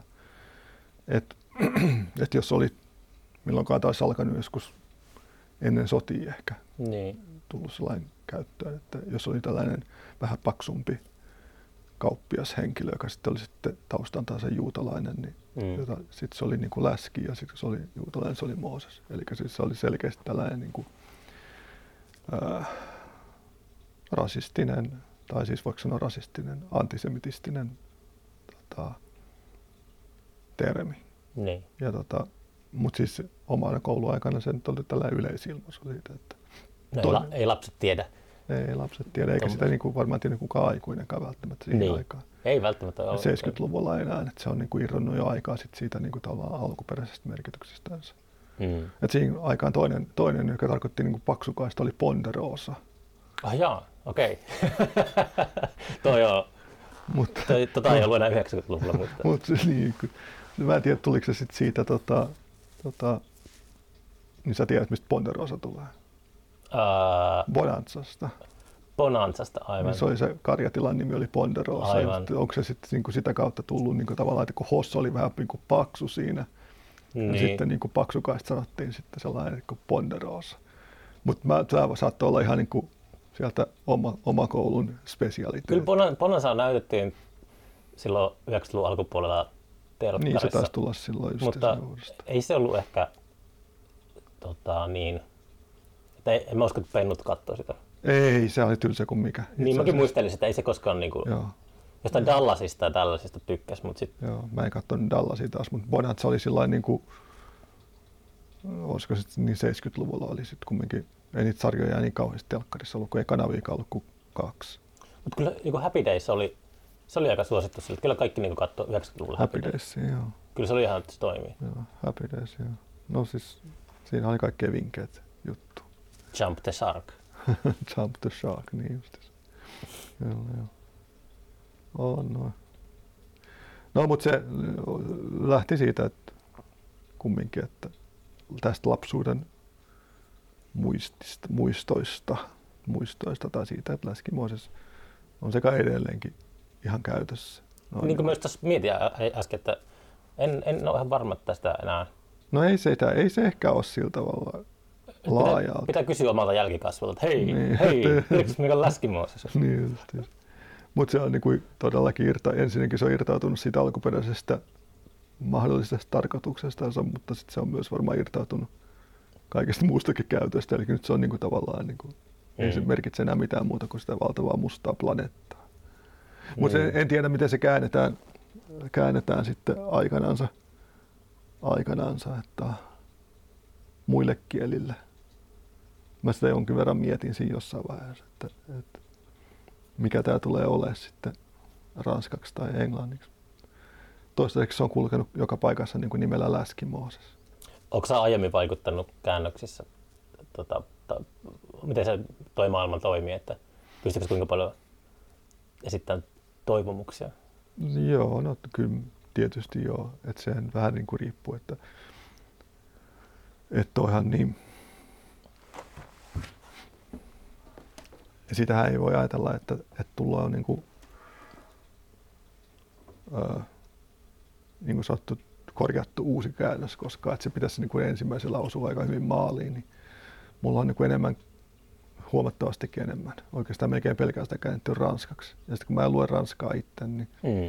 että jos oli milloinkaan taisi alkanut joskus ennen sotia ehkä tullut sellainen käyttöön, että jos oli tällainen vähän paksumpi kauppias henkilö, joka sitten oli sitten taustan taas juutalainen, niin sitten se oli niin kuin läski ja sitten se oli juutalainen, se oli Mooses. Eli siis se oli selkeästi tällainen niin kuin, rasistinen, tai siis voiko sanoa rasistinen, antisemitistinen termi. Niin. Ja mutta siis omana kouluaikana se nyt oli tällainen yleisilmaisu siitä, että ei lapset tiedä Ei lapset tiedä, eikä sitä niin kuin varmaan tiedä kukaan aikuinenkaan välttämättä siihen Niin. aikaan. Ei välttämättä ole. 70-luvulla enää, että se on niin kuin irronnut jo aikaa siitä niin kuin tavallaan alkuperäisestä merkityksestänsä. Et siinä aikaan toinen, joka tarkoitti niin kuin paksukaista, oli ponderosa. Jaa, okei. Toi on. Mutta Tota ei ollut enää 90-luvulla, mutta... niin, mä en tiedä, tuliko se sitten siitä, niin sä tiedät, mistä ponderosa tulee. Bonanzasta. Bonanzasta, aivan. Niin se oli se karjatilan nimi, oli ponderosa. Aivan. Onko se sitten niin kuin sitä kautta tullut niin kuin tavallaan, että kun Hoss oli vähän niin kuin paksu siinä, Niin. ja sitten niin kuin paksukaista sanottiin sitten sellainen kuin ponderosa. Mutta tämä saattoi olla ihan niin kuin sieltä oma koulun spesialiteetti. Kyllä Bonanzaa näytettiin silloin 90-luvun alkupuolella telkkarissa. Niin se taisi tulla silloin just mutta uudestaan. ei se ollut ehkä niin, että en mä usko, että pennut kattoo sitä. Ei, se oli tylsä kuin mikä. Niin mäkin muistelin, että ei se koskaan niinku, jostain Dallasista ja tällaisista tykkäs, mutta sitten... Joo, mä en katsonut Dallasia taas, mutta Bonanza oli sillain niinku, olisiko sitten niin 70-luvulla oli sitten kumminkin, ei niitä sarjoja niin kauheasti telkkarissa ollut, kun ei kanaviikaan ollut kuin 2. Mutta kyllä niin Happy Days se oli aika suosittu sille, että kyllä kaikki niin katsoi 90-luvulla Happy Days, joo. Kyllä se oli ihan, että se toimii. Joo, Happy Days, joo. No siis, siinä oli kaikkea vinkkeet juttu. Jump the Shark. Jump the Shark, niin justiin. Joo. On noin. No, mutta se lähti siitä, että kumminkin, että tästä lapsuuden muistoista tai siitä, että Läskimoisessa on sekä edelleenkin ihan käytössä. Noin Niin kuin myös tuossa mietin äsken, että en ole ihan varma tästä enää. No ei se ehkä ole sillä tavalla laajalta. Pitää kysyä omalta jälkikasvulta, että Niin. hei, tiedätkö mikä Läskimoisessa? Niin justiin. Mutta se on niinku todellakin ensinnäkin se on irtautunut siitä alkuperäisestä mahdollisesta tarkoituksesta, mutta sitten se on myös varmaan irtautunut kaikesta muustakin käytöstä. Eli nyt se on niinku tavallaan, niinku, ei se merkitse enää mitään muuta kuin sitä valtavaa mustaa planeettaa. Mutta en tiedä, miten se käännetään sitten aikanaansa että muille kielille. Mä sitä jonkin verran mietin siinä jossain vaiheessa, että mikä tämä tulee olemaan sitten ranskaksi tai englanniksi. Toistaiseksi se on kulkenut joka paikassa niin kuin nimellä Läskimooses. Onko sä aiemmin vaikuttanut käännöksissä? Miten se toi maailma toimii? Että pystyykö kuinka paljon esittämään toivomuksia? Joo, no kyllä tietysti joo. Että sehän vähän niin kuin riippuu, että toihan niin. Ja sitähän ei voi ajatella, että tullaan niin kuin sanottu, korjattu uusi käännös, koska että se pitäisi niin kuin ensimmäisellä osua aika hyvin maaliin, niin mulla on niin kuin huomattavastikin enemmän. Oikeastaan melkein pelkästään käännetty ranskaksi. Ja sitten kun mä en lue ranskaa itse, niin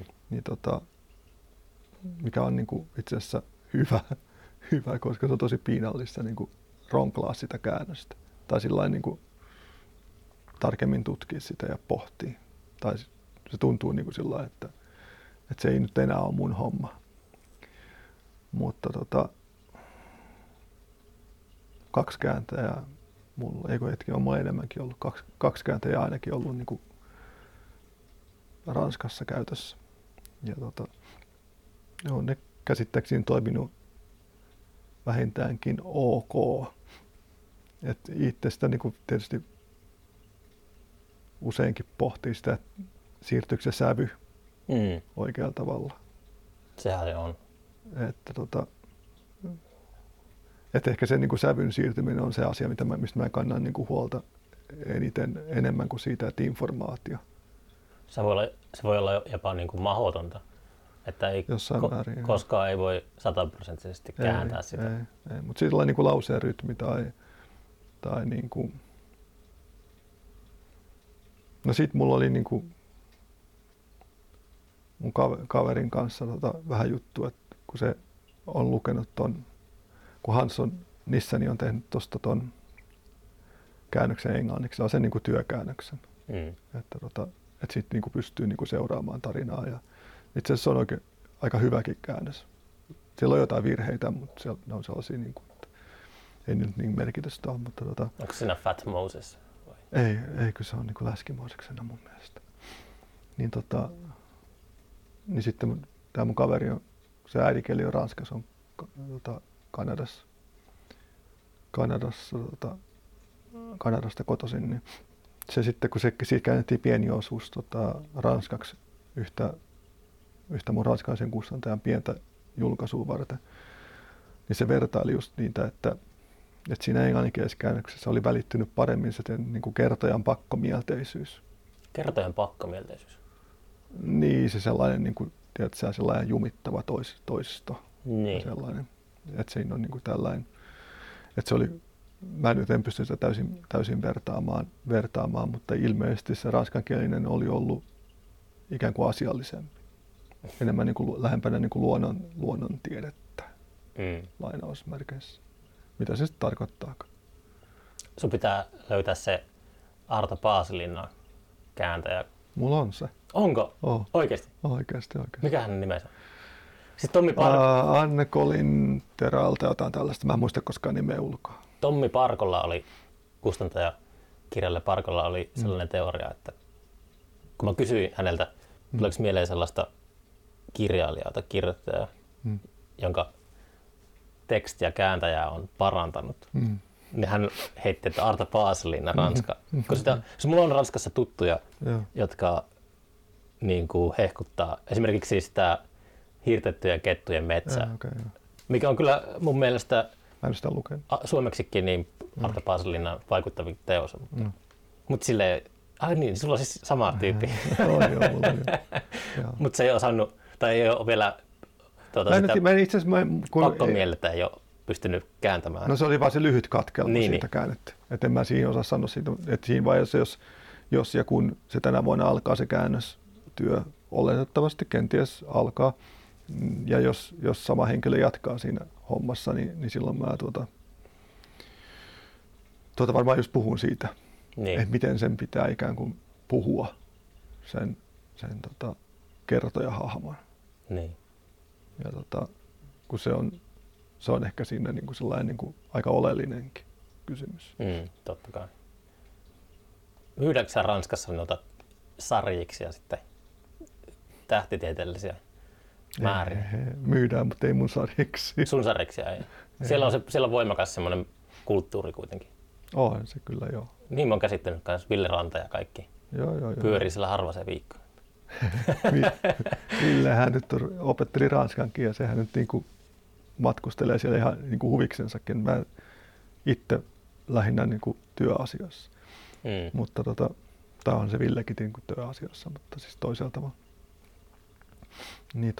mikä on niin kuin itse asiassa hyvä, koska se on tosi piinallista niin kuin ronklaa sitä käännöstä. Tai sillain niin kuin tarkemmin tutkia sitä ja pohtia. Tai se tuntuu niin kuin sillä, että se ei nyt enää ole mun homma. Mutta 2 kääntäjää, on mulla enemmänkin ollut, 2 kääntäjää ainakin ollut niin kuin Ranskassa käytössä. Ja on ne käsittääkseni toiminut vähintäänkin ok. Et itse sitä niin kuin tietysti useinkin pohtii sitä, että siirtyykö se sävy oikealla tavalla. Sehän se on. Että ehkä se niin kuin sävyn siirtyminen on se asia, mistä mä kannan niin kuin huolta enemmän kuin siitä, että informaatio. Se voi olla jopa niin kuin mahdotonta, että ei koskaan ei voi 100% kääntää sitä. Ei. Mutta sillä niin kuin lauseen rytmi tai niin kuin. No sit mulla oli niin kuin mun kaverin kanssa vähän juttu, että kun se on lukenut kun Hansson Nissani on tehnyt tuosta ton käännöksen englanniksi, se on sen niin kuin työkäännöksen. Että sitten niin kuin pystyy niin kuin seuraamaan tarinaa ja itse asiassa se on oikein aika hyväkin käännös. Siellä on jotain virheitä, mutta ne on sellaisia, niin kuin, että ei nyt niin merkitystä ole. Mutta onko siinä Fat Moses? Vai? Eikö se on niin kuin läskimoiseksena mun mielestä. Niin, niin sitten tämä mun kaveri on, se äidinkieli on ranska, se on Kanadasta kotoisin, niin se sitten kun siitä käännettiin pieni osuus ranskaksi yhtä mun ranskalaisen kustantajan pientä julkaisua varten, niin se vertaili just niitä, että siinä englanninkielisessä käännöksessä oli välittynyt paremmin se niin kuin kertojan pakkomielteisyys. Kertojan pakkomielteisyys? Niin, se sellainen, niin kuin, tiedätkö, sellainen jumittava toisto. Niin. Sellainen, että siinä on niin kuin tällainen, että se oli, mä nyt en pysty sitä täysin vertaamaan, mutta ilmeisesti se ranskankielinen oli ollut ikään kuin asiallisempi. Enemmän niin kuin, lähempänä niin kuin luonnontiedettä lainausmerkeissä. Mitä se sitten tarkoittaakaan? Sun pitää löytää se Arto Paasilinnan kääntäjä. Mulla on se. Onko? Oh. Oikeesti? Oikeasti. Mikä hänen nimensä? Siis Tommi Parkola. Anne Colin Teralta jotain tällaista. Mä en muista koskaan nimeä ulkoa. Tommi Parkolla oli, kustantaja kirjalle Parkolla oli sellainen teoria, että kun mä kysyin häneltä, tuleeko mieleen sellaista kirjailijaa tai kirjoittajaa, jonka teksti ja kääntäjää on parantanut, niin hän heitti, että Arto Paasilinna Ranska. Koska mulla on Ranskassa tuttuja, jotka niin kuin hehkuttaa esimerkiksi siis tämä Hirtettyjen kettujen metsä, mikä on kyllä mun mielestä suomeksikin niin Arto Paasilinnan vaikuttavin teos. Mutta silleen, niin, sulla on siis sama tyyppi. Mutta se ei osannut, tai ei ole vielä pakkomielettä ei ole pystynyt kääntämään. No se oli vaan se lyhyt katkelma siitä käännetty. Et en mä siinä osaa sanoa siitä, että siinä vaiheessa, jos ja kun se tänä vuonna alkaa se käännöstyö, oletettavasti kenties alkaa, ja jos sama henkilö jatkaa siinä hommassa, niin silloin mä varmaan just puhun siitä, että miten sen pitää ikään kuin puhua sen kertojahahmon. Niin. Ja kun se on ehkä siinä niin kuin sellainen niin kuin aika oleellinenkin kysymys. Totta kai. Myydäänkö sä Ranskassa noita sarjiksi ja sitten tähtitieteellisiä määriä? Myydään, mutta ei mun sarjiksi. Sun sarjiksi ei. Siellä on voimakas semmoinen kulttuuri kuitenkin. On se kyllä, joo. Niin mä oon käsittänyt myös Ville Ranta ja kaikki. Joo. Pyörii sillä harva se viikko. Villehän nyt opetteli ranskankin ja sehän nyt niinku matkustelee siellä ihan niinku huviksensakin. Mä itse lähinnä niinku työasiassa. Mutta tää on se Villekin niinku työasiassa, mutta siis toisaalta vaan. Niin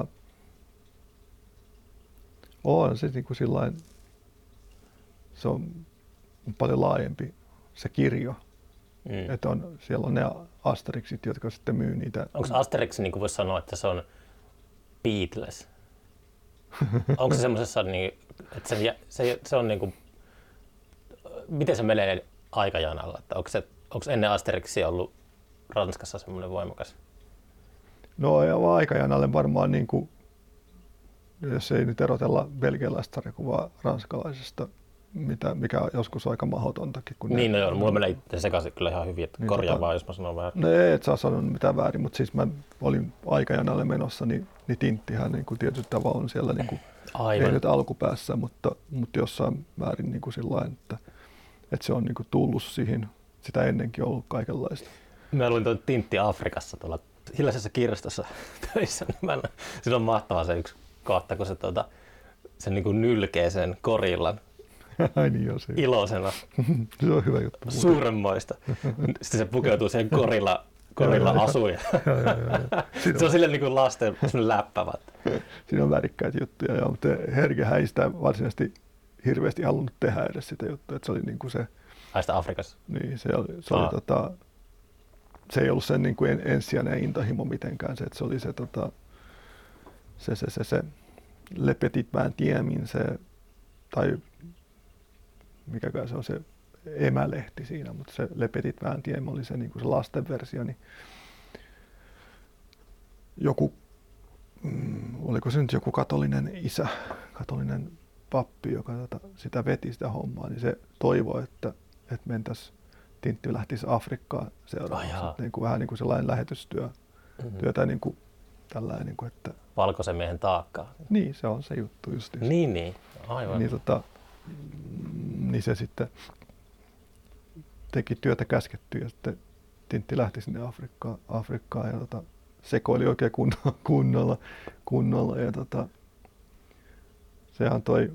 on se niinku sillain, se on paljon laajempi se kirjo. Että siellä on ne Asterixit, jotka sitten myy niitä. Onko Asterix, niin kuin voisi sanoa, että se on Beatles? Onko se semmoisessa, niin, että se on niin kuin, miten se menee aikajanalla? Että onko ennen Asterixia ollut Ranskassa semmoinen voimakas? No ja aikajanalle varmaan, niin kuin, jos ei nyt erotella belgialaista sarjakuvaa ranskalaisesta, mikä on joskus aika mahdotontakin. Niin, joo, mulla menee itse sekaisin kyllä ihan hyvin, että niin korjaa vaan, jos mä sanon väärin. No ei, et saa sanoa mitään väärin, mutta siis mä olin aikajanalle menossa, niin Tinttihän niin kuin tietyllä tavalla on siellä niin kuin, ei nyt alkupäässä, mutta jossain määrin niin kuin sillain, että se on niin kuin tullut siihen, sitä ennenkin ollut kaikenlaista. Mä luin tuon Tintti Afrikassa tuolla hiljaisessa kirjastossa töissä. Siinä on mahtavaa se yksi kohta, kun se niin kuin nylkee sen korillan. Niin jo, se. Iloisena. Se on hyvä juttu. Suuremmoista. Sitten se pukeutuu siihen korilla asuun. Se on silleen niin kuin lasten läppävät. Siinä on värikkäitä juttuja, joo, mutta Hergehän ei sitä varsinaisesti hirveästi halunnut tehdä edes sitä juttua. Että se oli niin kuin se... Sitä Afrikassa? Niin, se ei ollut sen niin kuin ensisijainen intohimo mitenkään. Se, että se oli se Le Petit Vingtiemin se, tai mikäkään se on se emälehti siinä, mutta se Le Petit Vingtiem oli se, niin kuin se lasten versio, niin joku, oliko se nyt joku katolinen pappi, joka sitä veti sitä hommaa, niin se toivoi, että mentäisiin Tintti lähtisi Afrikkaan seuraavaksi. Ai Niin kuin, vähän niin kuin sellainen lähetystyötä niin kuin, tällainen, niin kuin, että Valkoisen miehen taakkaa. niin, se on se juttu just. Niin, aivan. Niin se sitten teki työtä käskettyä ja sitten Tintti lähti sinne Afrikkaan ja sekoili oikein kunnolla ja sehän toi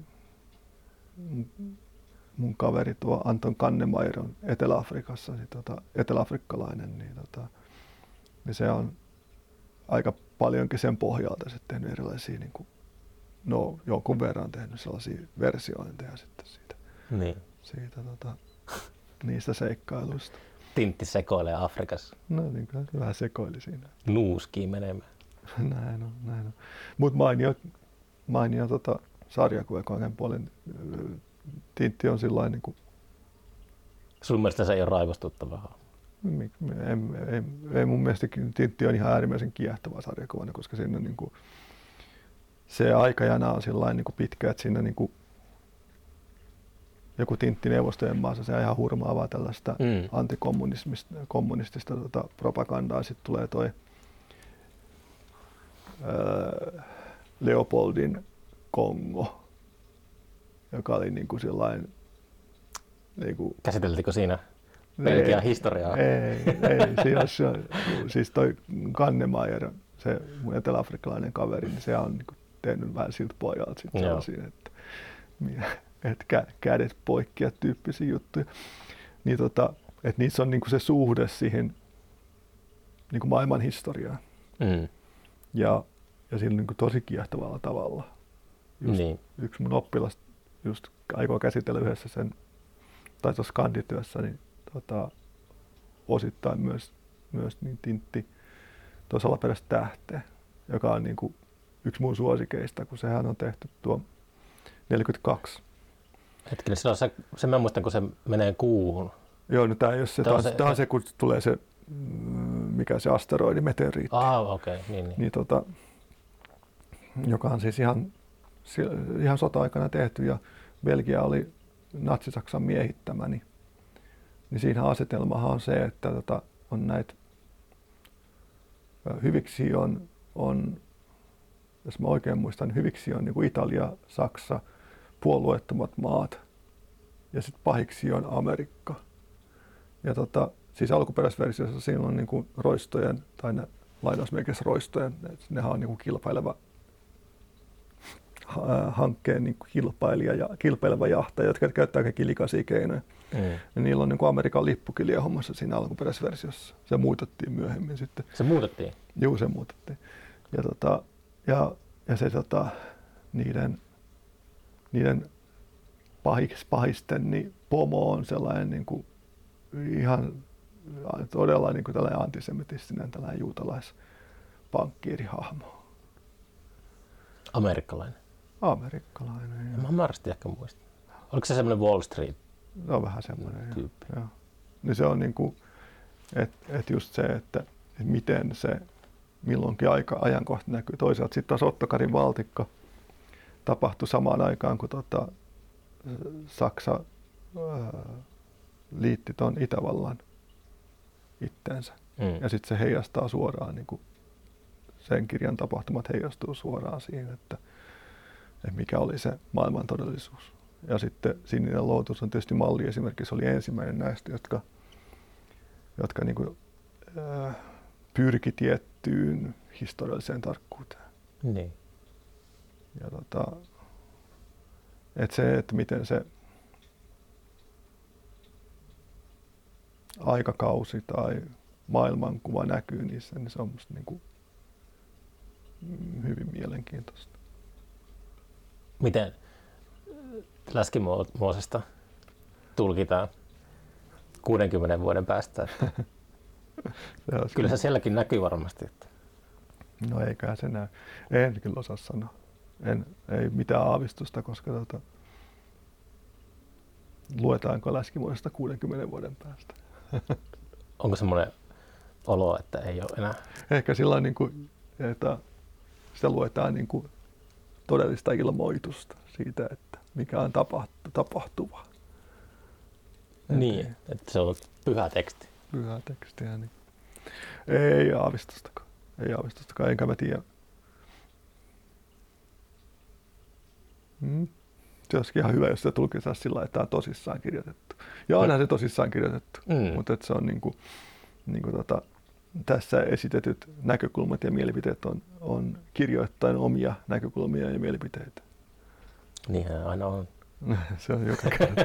mun kaveri tuo Anton Kannemeyer on Etelä-Afrikassa, eteläafrikkalainen, niin se on aika paljonkin sen pohjalta sitten tehnyt erilaisia, niin kuin, no jonkun verran tehnyt sellaisia versiointeja sitten niistä seikkailuista. Tintti sekoilee Afrikassa. No niin kyllä se vähän sekoili siinä. Nuuskii menemään. näin on. Mutta mainio sarjakuva kaiken puolen. Tintti on sillain niin kuin... Sun mielestä se ei ole raivostuttavaa? Ei mun mielestä Tintti on ihan äärimmäisen kiehtova sarjakuva, koska siinä niin kuin, se aikajana on sillain niin kuin pitkä, että siinä niin kuin, joku Tintti Neuvostojen maassa, se on ihan hurmaavaa tällaista antikommunistista propagandaa. Sitten tulee toi Leopoldin Kongo, joka oli niin kuin sellainen... Niin kuin, käsiteltikö siinä Belgian historiaa? Ei. Siis toi Kannemeyer, se mun eteläafrikkalainen kaveri, niin se on niin kuin tehnyt vähän siltä pojalta sit sellaisia, että kädet poikki ja tyyppisiä juttuja. Niin että niissä on niin kuin se suhde siihen niin kuin maailman historiaan. Ja sillä niin kuin tosi kiehtovalla tavalla. Just niin. Yksi mun oppilas just aikoo käsitellä yhdessä sen, tai tuossa kandityössä, niin osittain myös niin Tintti tuossa Salaperäistä tähteä, joka on niin kuin yksi mun suosikeista, kun sehän on tehty tuo 42. Hetkinen, se mä muistan, kun se menee kuuhun. Joo, no tää ei ole se, tää on se, kun tulee se, mikä se asteroidi, meteoriitti. Okei, niin. Joka on siis ihan sota-aikana tehty ja Belgia oli Natsi-Saksan miehittämä, niin siinä asetelmahan on se, että on näitä hyviksi on, jos mä oikein muistan, hyviksi on niin kuin Italia, Saksa, puolueettomat maat ja sitten pahiksi on Amerikka. Ja siis alkuperäisversiossa siinä on niin kuin roistojen, tai ne lainausmerkeissä roistojen, nehän on niin kuin kilpaileva hankkeen niin kuin kilpaileva jahtaja, jotka käyttää kaikki likaisia keinoja. Ja niillä on niin kuin Amerikan lippukin liehomassa siinä alkuperäisversiossa. Se muutettiin myöhemmin sitten. Se muutettiin? Joo, se muutettiin. Ja se niiden pahisten niin pomo on sellainen niin kuin ihan todella niin kuin tällainen antisemitistinen tällainen juutalaispankkiirihahmo. Amerikkalainen? Amerikkalainen. Mä marrasti ehkä muistan. Oliko se semmoinen Wall Street? Se on vähän semmoinen tyyppi. Joo. Niin se on niinku, että just se, että miten se milloinkin ajankohta näkyy. Toisaalta sitten taas Ottokarin valtikka tapahtui samaan aikaan, kun Saksa liitti ton Itävallan itteensä. Ja sitten se heijastaa suoraan, niin kuin sen kirjan tapahtumat heijastuu suoraan siihen, että mikä oli se maailman todellisuus. Ja sitten Sininen Lotus on tietysti malli esimerkiksi, oli ensimmäinen näistä, jotka niin kuin, pyrki tiettyyn historialliseen tarkkuuteen. Niin. Ja että miten se aikakausi tai maailmankuva näkyy niissä, niin se on musta niin kuin hyvin mielenkiintoista. Miten Läskimoosesta tulkitaan 60 vuoden päästä? Että kyllä se sielläkin näkyy varmasti. Että. No eiköhän se näy. En kyllä osaa sanoa. Ei mitään aavistusta, koska luetaanko Läskimoosesta 60 vuoden päästä. Onko semmoinen olo, että ei ole enää? Ehkä sillä niin kuin, että sitä luetaan niin kuin todellista ilmoitusta siitä, että mikä on tapahtuva. Niin, että se on pyhä teksti. Pyhää tekstiä, niin ei aavistustakaan. Ei aavistustakaan, enkä mä tiedä. Se olisikin ihan hyvä, jos se tulkisaisi sillä lailla, että tämä on tosissaan kirjoitettu. Ja onhan se tosissaan kirjoitettu, mutta se on tässä esitetyt näkökulmat ja mielipiteet on kirjoittajan omia näkökulmia ja mielipiteitä. Niinhän aina on. Se on joka kerta.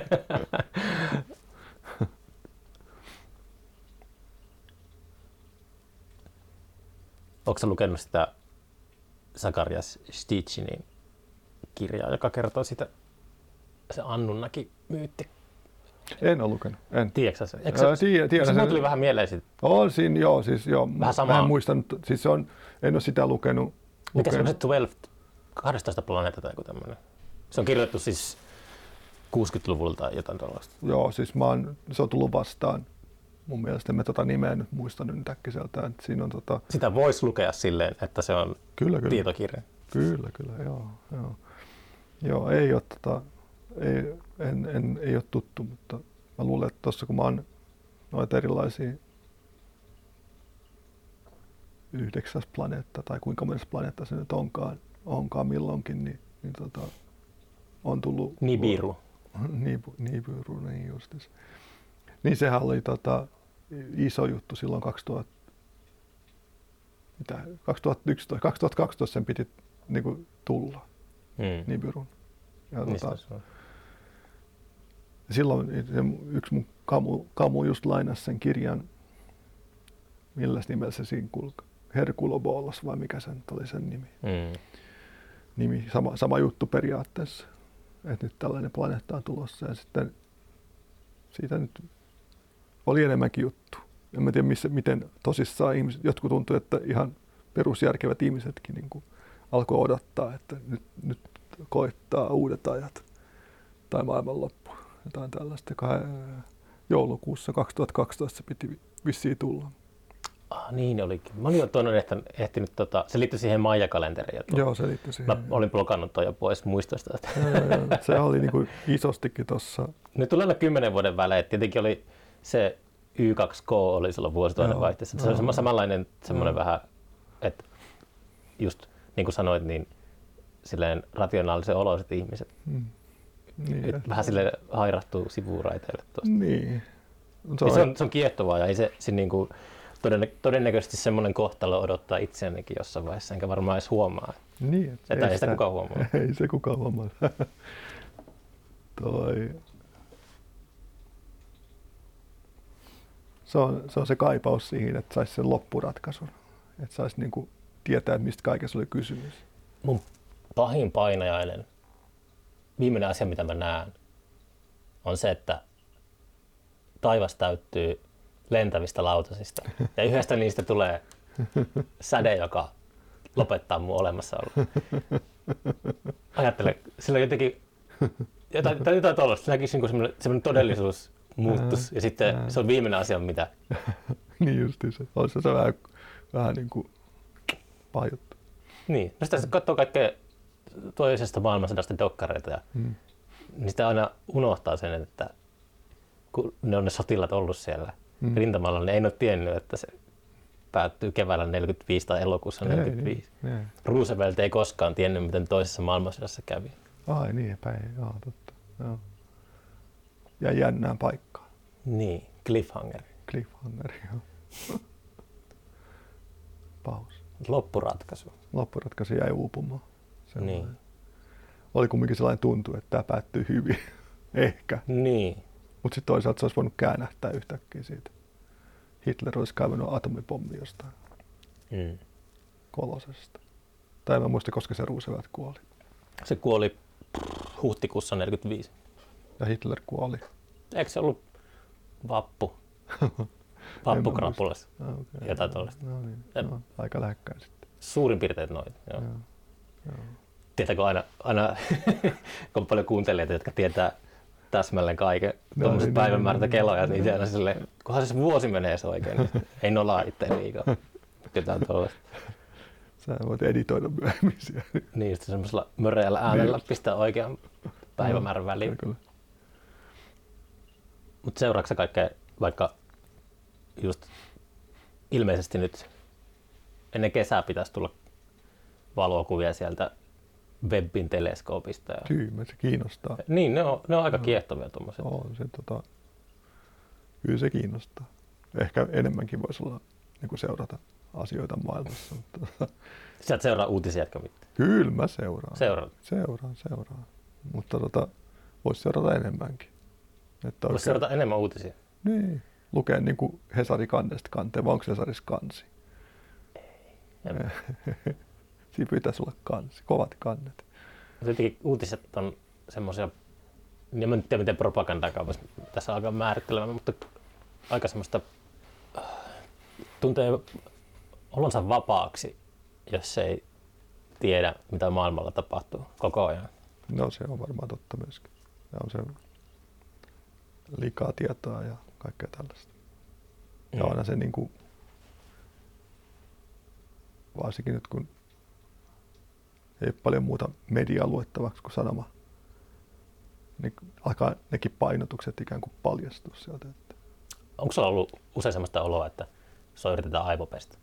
Oletko sä lukenut sitä Zacharias Sitchinin kirjaa, joka kertoo sitä se Anunnaki-myytti? En ole lukenut. En. Tiedätkö sä? Tiedän. Se tuli vähän mieleen siitä. On siinä, joo. Siis, joo. Vähän samaa. Mä en muistanut, siis en ole sitä lukenut. Mikä se on se 12 planeetta tai joku tämmöinen? Se on kirjoitettu siis 60-luvulta tai jotain tuollaista. Joo, siis se on tullut vastaan. Mun mielestä en mä nimeä nyt muistanut nyt äkkiseltään. Siinä on Sitä voisi lukea silleen, että se on kyllä. tietokirja. Kyllä, joo. Joo, ei ole ei ole tuttu, mutta mä luulen, että tuossa kun mä oon noita erilaisia 9. planeetta tai kuinka monessa planeetta se nyt onkaan milloinkin, niin on tullut Nibiru. Nibiru, niin justis. Niin sehän oli iso juttu silloin 2011, 2012 sen piti niinku tulla Nibirun. Ja silloin yksi mun kamu just lainasi sen kirjan, milläs nimellä se siinä kulki, Herkulobolos vai mikä se nyt oli sen nimi. Nimi sama juttu periaatteessa, että nyt tällainen planeetta on tulossa ja sitten siitä nyt oli enemmänkin juttu. En mä tiedä miten tosissaan ihmiset, jotkut tuntuu, että ihan perusjärkevät ihmisetkin niin kuin alkoi odottaa, että nyt koittaa uudet ajat tai maailmanloppu. Jotain tällaista. Joulukuussa 2012 se piti vissiin tulla. Niin olikin. Mä olin tuonne ehtinyt, se liittyi siihen Maija-kalenteriin. Joo, se liittyi siihen. Mä olin blokannut toi jo pois muistoista. Joo. Se oli niinku isostikin tossa. Nyt tulee aina 10 vuoden välein. Tietenkin oli se Y2K oli silloin vuosituhannen vaihteessa. Se oli samanlainen semmoinen vähän, että just niin kuin sanoit, niin silleen rationaalisen oloiset ihmiset. Niin, vähän silleen hairahtuu sivuraiteille tuosta. Niin. Se on kiehtovaa ja ei se niin kuin, todennäköisesti semmoinen kohtalo odottaa itseännekin jossain vaiheessa, enkä varmaan edes huomaa. Niin, että ei sitä kukaan huomaa. Ei se kukaan huomaa. Se on se kaipaus siihen, että saisi sen loppuratkaisun. Että saisi niinku tietää, mistä kaikessa oli kysymys. Mun pahin painajainen, viimeinen asia, mitä mä näen, on se, että taivas täyttyy lentävistä lautasista. Ja yhdestä niistä tulee säde, joka lopettaa mun olemassaolon. Ajattele, sillä on jotenkin jotain tuollaista. Näkisi niin semmoinen todellisuus muuttus. Ja sitten se on viimeinen asia, mitä... Niin justiin se. Olisi se vähän niin kuin pajuttu. Niin. No sitä katsoo kaikkea toisesta maailmansodasta dokkareita ja niin sitä aina unohtaa sen, että kun ne on ne sotilaat ollut siellä rintamalla, niin ei ole tiennyt, että se päättyy keväällä 45 tai elokuussa 45. Niin. Roosevelt ei koskaan tiennyt, miten toisessa maailmansodassa kävi. Ai niin, päin. Joo, totta. Joo. Ja jännään paikkaan. Niin, cliffhanger, joo. Paus. Loppuratkaisu jäi uupumaan. Niin. Oli kumminkin sellainen tuntu, että tämä päättyy hyvin. Ehkä. Niin. Mutta sitten toisaalta se olisi voinut käännähtää yhtäkkiä siitä. Hitler olisi kaivannut atomipommi jostain Kolosesta. Tai en mä muista, koska se Roosevelt kuoli. Se kuoli huhtikuussa 45. Ja Hitler kuoli. Eikö se ollut vappukrapulassa? Okay. Jotain tuollaista. No niin, aika lähekkäin sitten. Suurin piirtein noin. Joo. Joo. Tiedätkö aina kun on paljon kuuntelijoita, jotka tietää täsmälleen kaiken tuommoiset päivämäärät kelloja, niin aina silleen, kunhan se vuosi menee se oikein, niin ei nolaa itse liikaa. Jotain tuollaista. Sä voit editoida myöhemmin siellä. Niin, just semmoisella möreällä äänellä pistää oikean päivämäärän väliin. Kyllä. Mutta seuraatko sä kaikkea, vaikka just ilmeisesti nyt ennen kesää pitäisi tulla valokuvia sieltä Webbin teleskoopista. Kyllä, se kiinnostaa. Niin, ne on aika kiehtovia tuommoiset. On se, kyllä se kiinnostaa. Ehkä enemmänkin voisi olla niin seurata asioita maailmassa. Mutta, Sä et seuraa uutisia, jotka mitään? kyllä mä seuraan. Seuraan. Mutta voisi seurata enemmänkin. Voisi seurata enemmän uutisia? Niin, lukea niin kuin Hesari kannesta kanteen, vai onko Hesarissa kansi? Ei. Siinä pitäisi olla kansi, kovat kannet. Jotenkin uutiset on semmoisia, ja mä en tiedä miten propagandaa tässä alkaa määrittelemään, mutta aika semmoista tuntee olonsa vapaaksi, jos ei tiedä mitä maailmalla tapahtuu koko ajan. No se on varmaan totta myöskin. Ja on se liikaa tietoa ja kaikkea tällaista. Ja aina se niin kuin, varsinkin nyt kun ei ole paljon muuta mediaa luettavaksi kuin sanoma, niin alkaa nekin painotukset ikään kuin paljastua sieltä. Onko sulla ollut usein sellaista oloa, että sua yritetään aivopestä?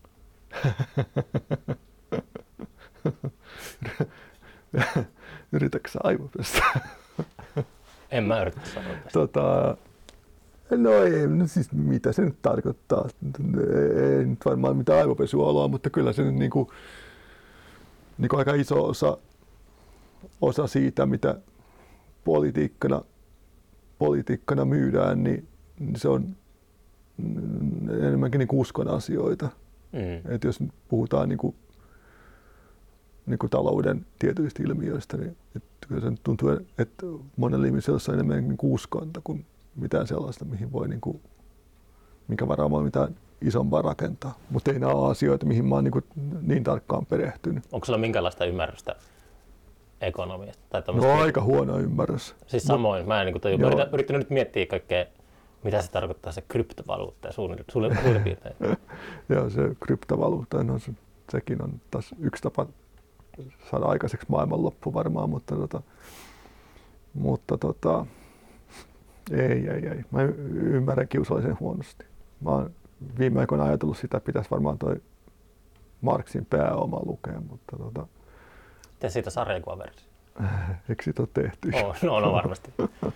Yritätkö sä aivopestä? En mä yritä aivopestä. No ei, no siis mitä se nyt tarkoittaa? Ei nyt varmaan mitään aivopesuoloa, mutta kyllä se nyt niinku aika iso osa siitä, mitä politiikkana myydään, niin se on enemmänkin niinku uskon asioita. Et jos puhutaan niinku talouden tietyistä ilmiöistä, niin kyllä se tuntuu, että monella ihmisellä on enemmän niinku uskonta kuin mitään sellaista, mihin voi minkä varaamaan mitään isompaa rakentaa. Mutta ei nämä ole asioita, mihin mä oon niin tarkkaan perehtynyt. Onko sulla minkälaista ymmärrystä ekonomiasta? Tai no aika huono ymmärrys. Siis samoin. Mä en mä yrittänyt nyt miettiä kaikkea, mitä se tarkoittaa se kryptovaluutta ja suurin piirtein. Joo, se kryptovaluutta, no sekin on taas yksi tapa saada aikaiseksi maailmanloppu varmaan, mutta ei. Mä ymmärrän kiusallisen huonosti. Mä oon viime aikoina ajatellut sitä, että pitäisi varmaan toi Marxin pääoma lukea, mutta Tee siitä sarjakuvaversio. Eikö siitä ole tehty? No varmasti.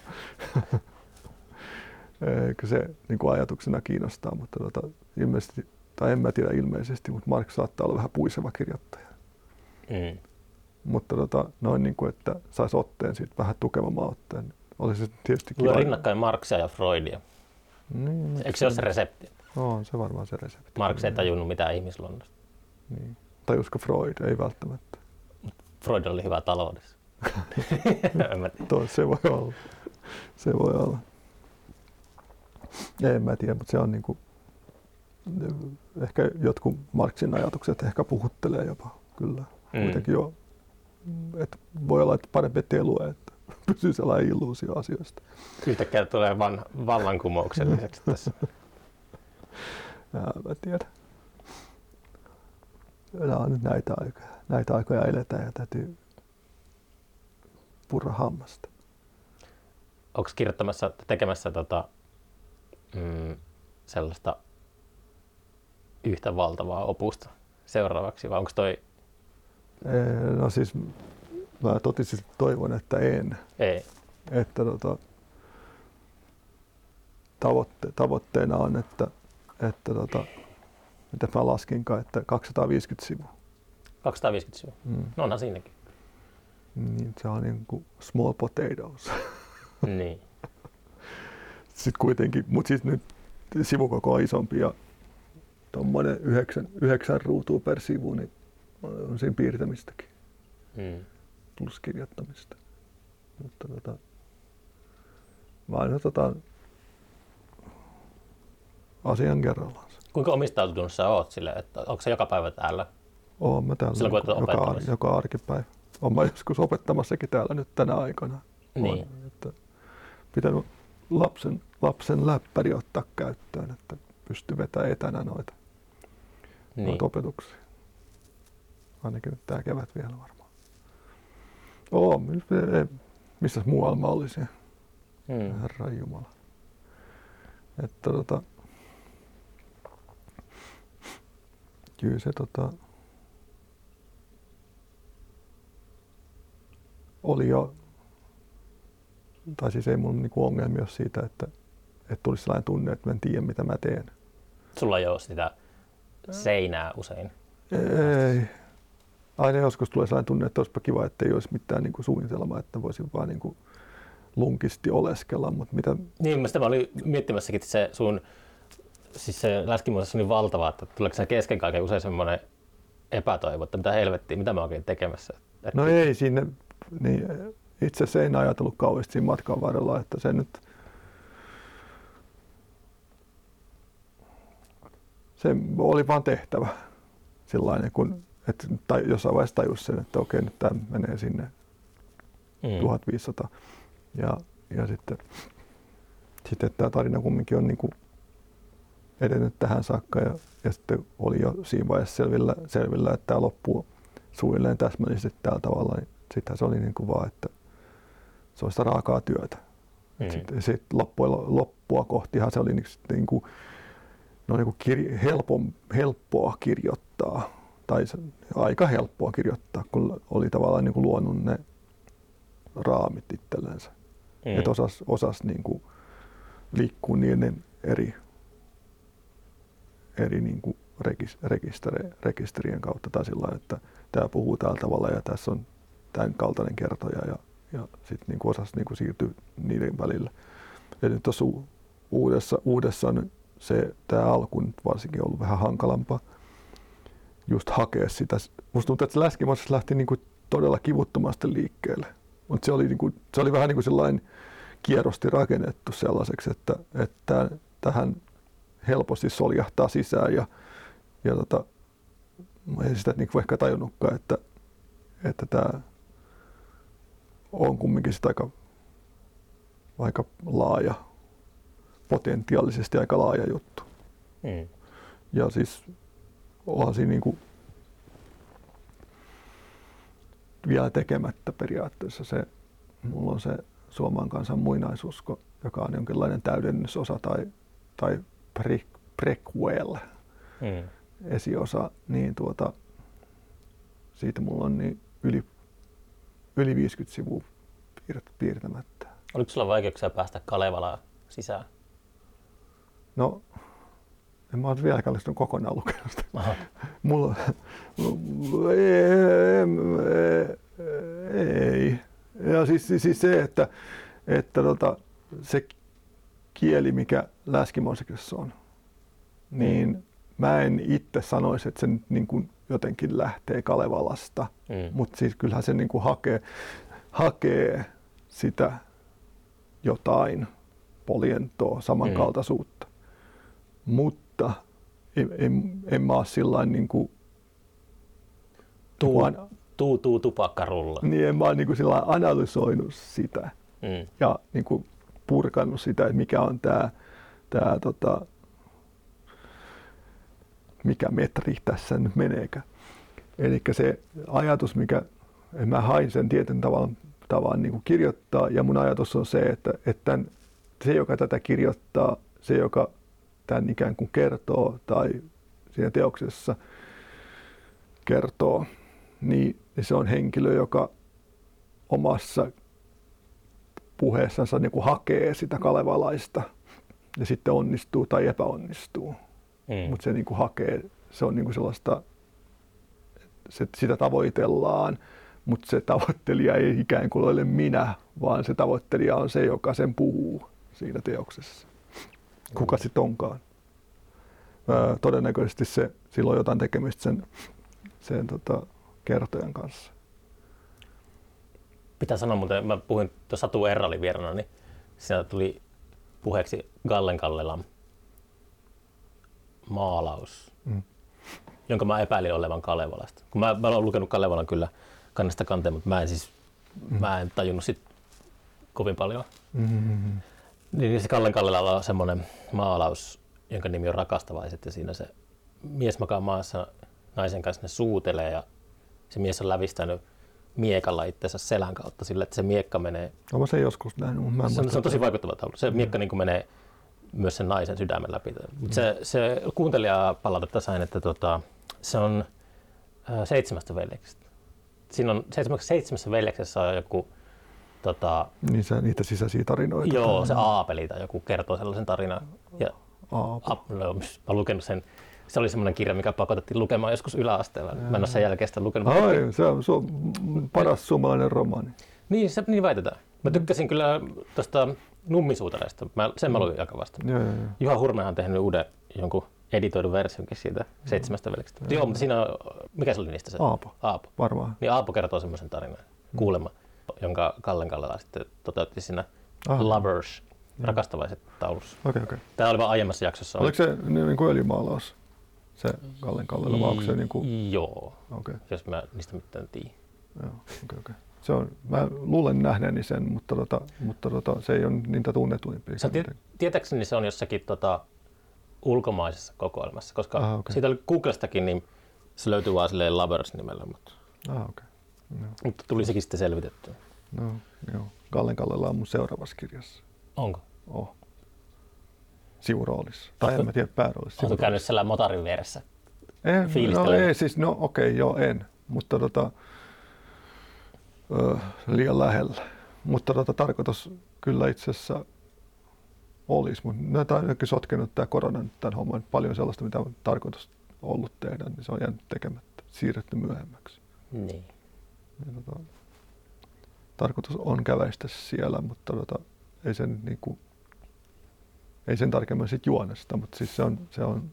Eikö se niin kuin ajatuksena kiinnostaa, mutta ilmeisesti, tai en mä tiedä ilmeisesti, mutta Marx saattaa olla vähän puiseva kirjoittaja. Mutta noin niin kuin, että saisi otteen siitä vähän tukevamman otteen. Olisi se tietysti kiva. Rinnakkain Marxia ja Freudia. Niin, eikö se ole se resepti? On se varmaan se resepti. Marx ei tajunnut mitään ihmisluonnosta. Niin. Tajusko Freud? Ei välttämättä. Freud oli hyvä taloudessa. Se voi olla. Se voi olla. En mä tiedä, mutta se on niinku, ehkä jotkut Marxin ajatukset ehkä puhuttelee jopa kyllä. Kuitenkin jo, että voi olla, että parempi ettei lue, että pysyy sellainen illuusio asioista. Yhtäkkiä tulee vallankumoukselliseksi tässä. Mä tiedän. Nämä on nyt näitä aikoja eletään ja täytyy purra hammasta. Onko tekemässä sellaista yhtä valtavaa opusta seuraavaksi vai onko toi? No siis mä totisesti toivon, että en. Ei. Että tavoitteena on, että mitä mä laskinkaan, että 250 sivua. 250 sivua? No onhan siinäkin. Niin, se on niin kuin small potatoes. Niin. Sitten kuitenkin, mutta siis nyt sivukoko on isompi ja tuommoinen 9 ruutua per sivu, niin on siinä piirtämistäkin. Plus kirjoittamista. Mutta vaan otetaan asian kerrallaan. Kuinka omistautunut sä oot sille, että onko se joka päivä täällä? Oon mä täällä silloin, joka arkipäivä. Oon mä joskus opettamassakin täällä nyt tänä aikana. Niin. Että pitänyt lapsen läppäri ottaa käyttöön, että pystyy vetämään etänä noita opetuksia. Ainakin nyt tää kevät vielä varmaan. Missäs muualla mä olisin? Herran Jumala. Että kyllä se oli jo, tai siis ei mun niinku ongelmia ole siitä, että tulisi sellainen tunne, että mä en tiedä mitä mä teen. Sulla ei ole sitä seinää usein? Ei. Aina joskus tulee sellainen tunne, että olisipa kiva, että ei olisi mitään niinku suunnitelmaa, että voisin vaan niinku lunkisti oleskella, mutta mitä... Niin, mä olin miettimässäkin, että se sun, siis se läskimuotoisuus on niin valtava, että tuleeko se kesken kaiken usein semmoinen epätoivo, että mitä helvettiä, mitä mä oon oikein tekemässä? No ei siinä, niin itse asiassa en ajatellut kauheasti siinä matkan varrella, että se nyt... Se oli vaan tehtävä sellainen, kun jossain vaiheessa tajus sen, että okei, nyt tämä menee sinne 1500. Ja sitten tämä tarina kumminkin on niin kuin edennyt tähän saakka ja sitten oli jo siinä vaiheessa selvillä että tämä loppuu suunnilleen täsmällisesti tällä tavalla. Niin sittenhän se oli niin kuin vaan, että se oli sitä raakaa työtä. Sitten loppua kohtihan se oli niin kuin, no niin kuin helppoa kirjoittaa, tai aika helppoa kirjoittaa, kun oli tavallaan niin kuin luonut ne raamit itsellensä. Että osas niin kuin liikkuu niiden eri niin kuin rekisterien kautta tai sillä lailla, että tämä puhuu tällä tavalla ja tässä on tämän kaltainen kertoja ja sitten niin osas niin kuin siirtyä niiden välillä. Eli tuossa uudessa tämä alku nyt varsinkin on ollut vähän hankalampaa just hakea sitä. Musta tuntuu, että se läskimuotoisuus lähti niin kuin todella kivuttomasti liikkeelle. Mutta se oli vähän niin kuin sellainen kierrosti rakennettu sellaiseksi, että tähän helposti soljahtaa sisään ja mä en sitä niin kuin ehkä tajunnutkaan, että tämä on kumminkin sitä aika laaja, potentiaalisesti aika laaja juttu. Ja siis onhan siinä niin kuin vielä tekemättä periaatteessa mulla on se Suomen kansan muinaisuusko, joka on jonkinlainen täydennysosa tai prequel, esiosa, niin siitä mulla on niin yli 50 sivua piirtämättä. Oliko sulla vaikeuksia päästä Kalevalaan sisään? No, en mä ole vieläkään kokonaan lukenut sitä. Mulla ei. Ja siis se, että se kieli, mikä läskimuotoisuudessa on, niin mä en itse sanoisi, että se nyt niin kuin jotenkin lähtee Kalevalasta, mutta siis kyllähän se niin kuin hakee sitä jotain polientoa, samankaltaisuutta. Mutta en mä ole sillain niin kuin tupakkarulla. Niin en mä ole niin kuin sillain analysoinut sitä ja niin kuin purkanut sitä, että mikä on tää mikä metri tässä nyt meneekö. Eli se ajatus, mikä mä hain sen tietyn tavan niin kuin kirjoittaa, ja mun ajatus on se, että se, joka tätä kirjoittaa, se, joka tämän ikään kuin kertoo tai siinä teoksessa kertoo, niin se on henkilö, joka omassa puheessansa niin kuin hakee sitä kalevalaista ja sitten onnistuu tai epäonnistuu. Mutta se niin kuin hakee, se on niin kuin sellaista, sitä tavoitellaan, mutta se tavoittelija ei ikään kuin ole minä, vaan se tavoittelija on se, joka sen puhuu siinä teoksessa. Kuka sitten onkaan. Todennäköisesti sillä on jotain tekemistä sen kertojan kanssa. Pitää sanoa muuten, mä puhuin tuossa Satu Erralin vierana, niin siinä tuli puheeksi Gallen Kallelan maalaus, jonka mä epäilin olevan Kalevalasta. Kun mä olen lukenut Kalevalan kyllä kannesta kanteen, mutta mä en tajunnut sit kovin paljon. Niin se Gallen Kallelalla on semmoinen maalaus, jonka nimi on Rakastavaiset, ja siinä se mies makaa maassa naisen kanssa, ne suutelee ja se mies on lävistänyt miekalla itsensä selän kautta sille, että se miekka menee... Olen sen joskus nähnyt, mutta mä en se on tosi vaikuttava taulu. Se miekka niin kuin menee myös sen naisen sydämen läpi. Mutta se kuuntelijapalautetta sain, että se on 7 veljeksestä. Siinä on 7 veljeksessä on joku niitä sisäisiä tarinoita. Joo, se Aapeli tai joku kertoo sellaisen tarinan. Ja mä oon lukenut sen. Se oli semmoinen kirja, mikä pakotettiin lukemaan joskus yläasteella. Mä en ole sen jälkeen sitä lukenut. Ai, se on paras suomalainen romaani. Niin väitetään. Mä tykkäsin kyllä tuosta Nummisuutareista. Sen mä luin aika vasta. Juha Hurmehan on tehnyt uuden jonkun editoidun versionkin siitä 7 veljeksestä. Joo, mutta siinä on, mikä se oli niistä se? Aapo. Varmaan. Niin Aapo kertoo semmoisen tarinan, kuulemma, jonka Kallen Kallela sitten toteutti siinä Lovers, rakastavaiset taulussa. Okei. Tämä oli vaan aiemmassa jaksossa. Oliko se niin kuin öljymaalaus, se Kallen Kallela, vai onko se niin kuin... Joo, jos mä niistä mitään tiedän. Joo, okei. Se on, mä luulen nähneeni sen, mutta se ei ole niitä tunnetuimpia. Tietääkseni se on jossakin ulkomaisessa kokoelmassa, koska siitä oli Googlestakin, niin se löytyy vaan silleen Lovers-nimellä. Mutta tuli sekin sitten selvitettyä. No, joo. Kallen Kallela on mun seuraavassa kirjassa. Onko? Sivuroolissa. Tai en mä tiedä pääroolissa. Oletko käynyt sellainen motarin vieressä? En. Mutta liian lähellä. Mutta tarkoitus kyllä itse asiassa olisi. Mutta on jotenkin sotkenut tämä korona tämän homman. Paljon sellaista, mitä on tarkoitus ollut tehdä, niin se on jäänyt tekemättä. Siirretty myöhemmäksi. Niin. Tarkoitus on käväistä siellä, mutta ei sen niinku, ei sen tarkemmin sit juonesta, mutta siis se on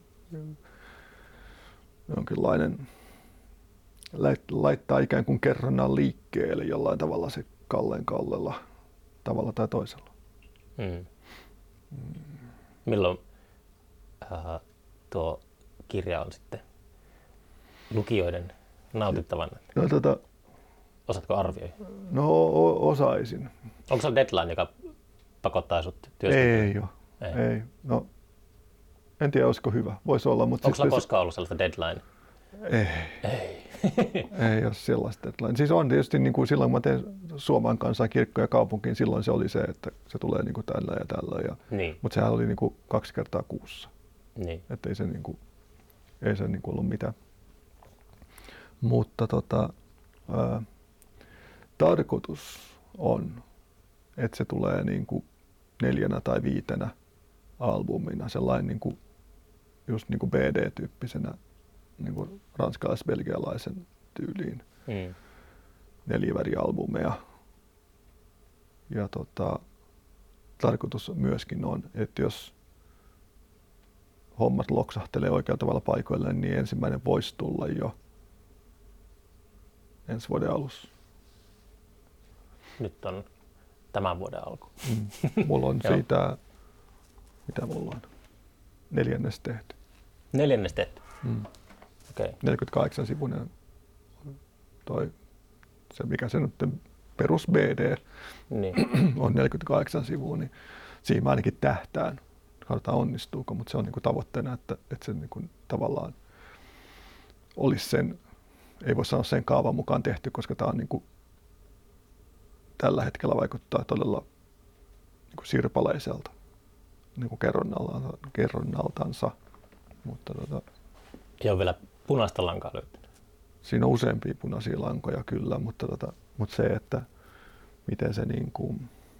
jonkinlainen laittaa ikään kuin kerronnan liikkeelle jollain tavalla se Kallen Kallela tavalla tai toisella. Milloin tuo kirja on sitten lukijoiden nautittavan? Osaatko arvioida? No osaisin. Onko se deadline, joka pakottaa sut työskentelemään? Ei. No, en tiedä, olisiko hyvä. Voisi olla, mutta... Onko sulla koskaan ollut sellaista deadline? Ei. Ei ole sellaista deadline. Siis on tietysti niin kuin silloin, kun mä teen Suomen kanssa kirkko ja kaupunkiin, silloin se oli se, että se tulee niin kuin tällä ja tällä. Niin. Mutta sehän oli niin kuin 2 kertaa kuussa. Niin. Että ei se niin kuin ollut mitään. Mutta tarkoitus on, että se tulee niin kuin 4 tai 5 albumina, sellainen niin kuin, just niin kuin BD-tyyppisenä niin kuin ranskalais-belgialaisen tyyliin 4 värialbumeja. Ja tarkoitus myöskin on, että jos hommat loksahtelee oikealla tavalla paikoilleen, niin ensimmäinen voisi tulla jo ensi vuoden alussa. Nyt on tämän vuoden alku. Mulla on siitä, mitä mulla on, 4. tehty. 4. tehty? Okay. 48 sivuinen se mikä se nyt perus BD on 48 sivua, niin siinä mä ainakin tähtään. Katsotaan onnistuuko, mutta se on niinku tavoitteena, että se niinku tavallaan olisi sen, ei voi sanoa sen kaavan mukaan tehty, koska tämä on niinku tällä hetkellä vaikuttaa todella niinku sirpaleiselta niinku kerronnaltansa, mutta ei ole vielä punaista lankaa löytynyt. Siinä on useampia punaisia lankoja kyllä, mutta se, että miten se niinku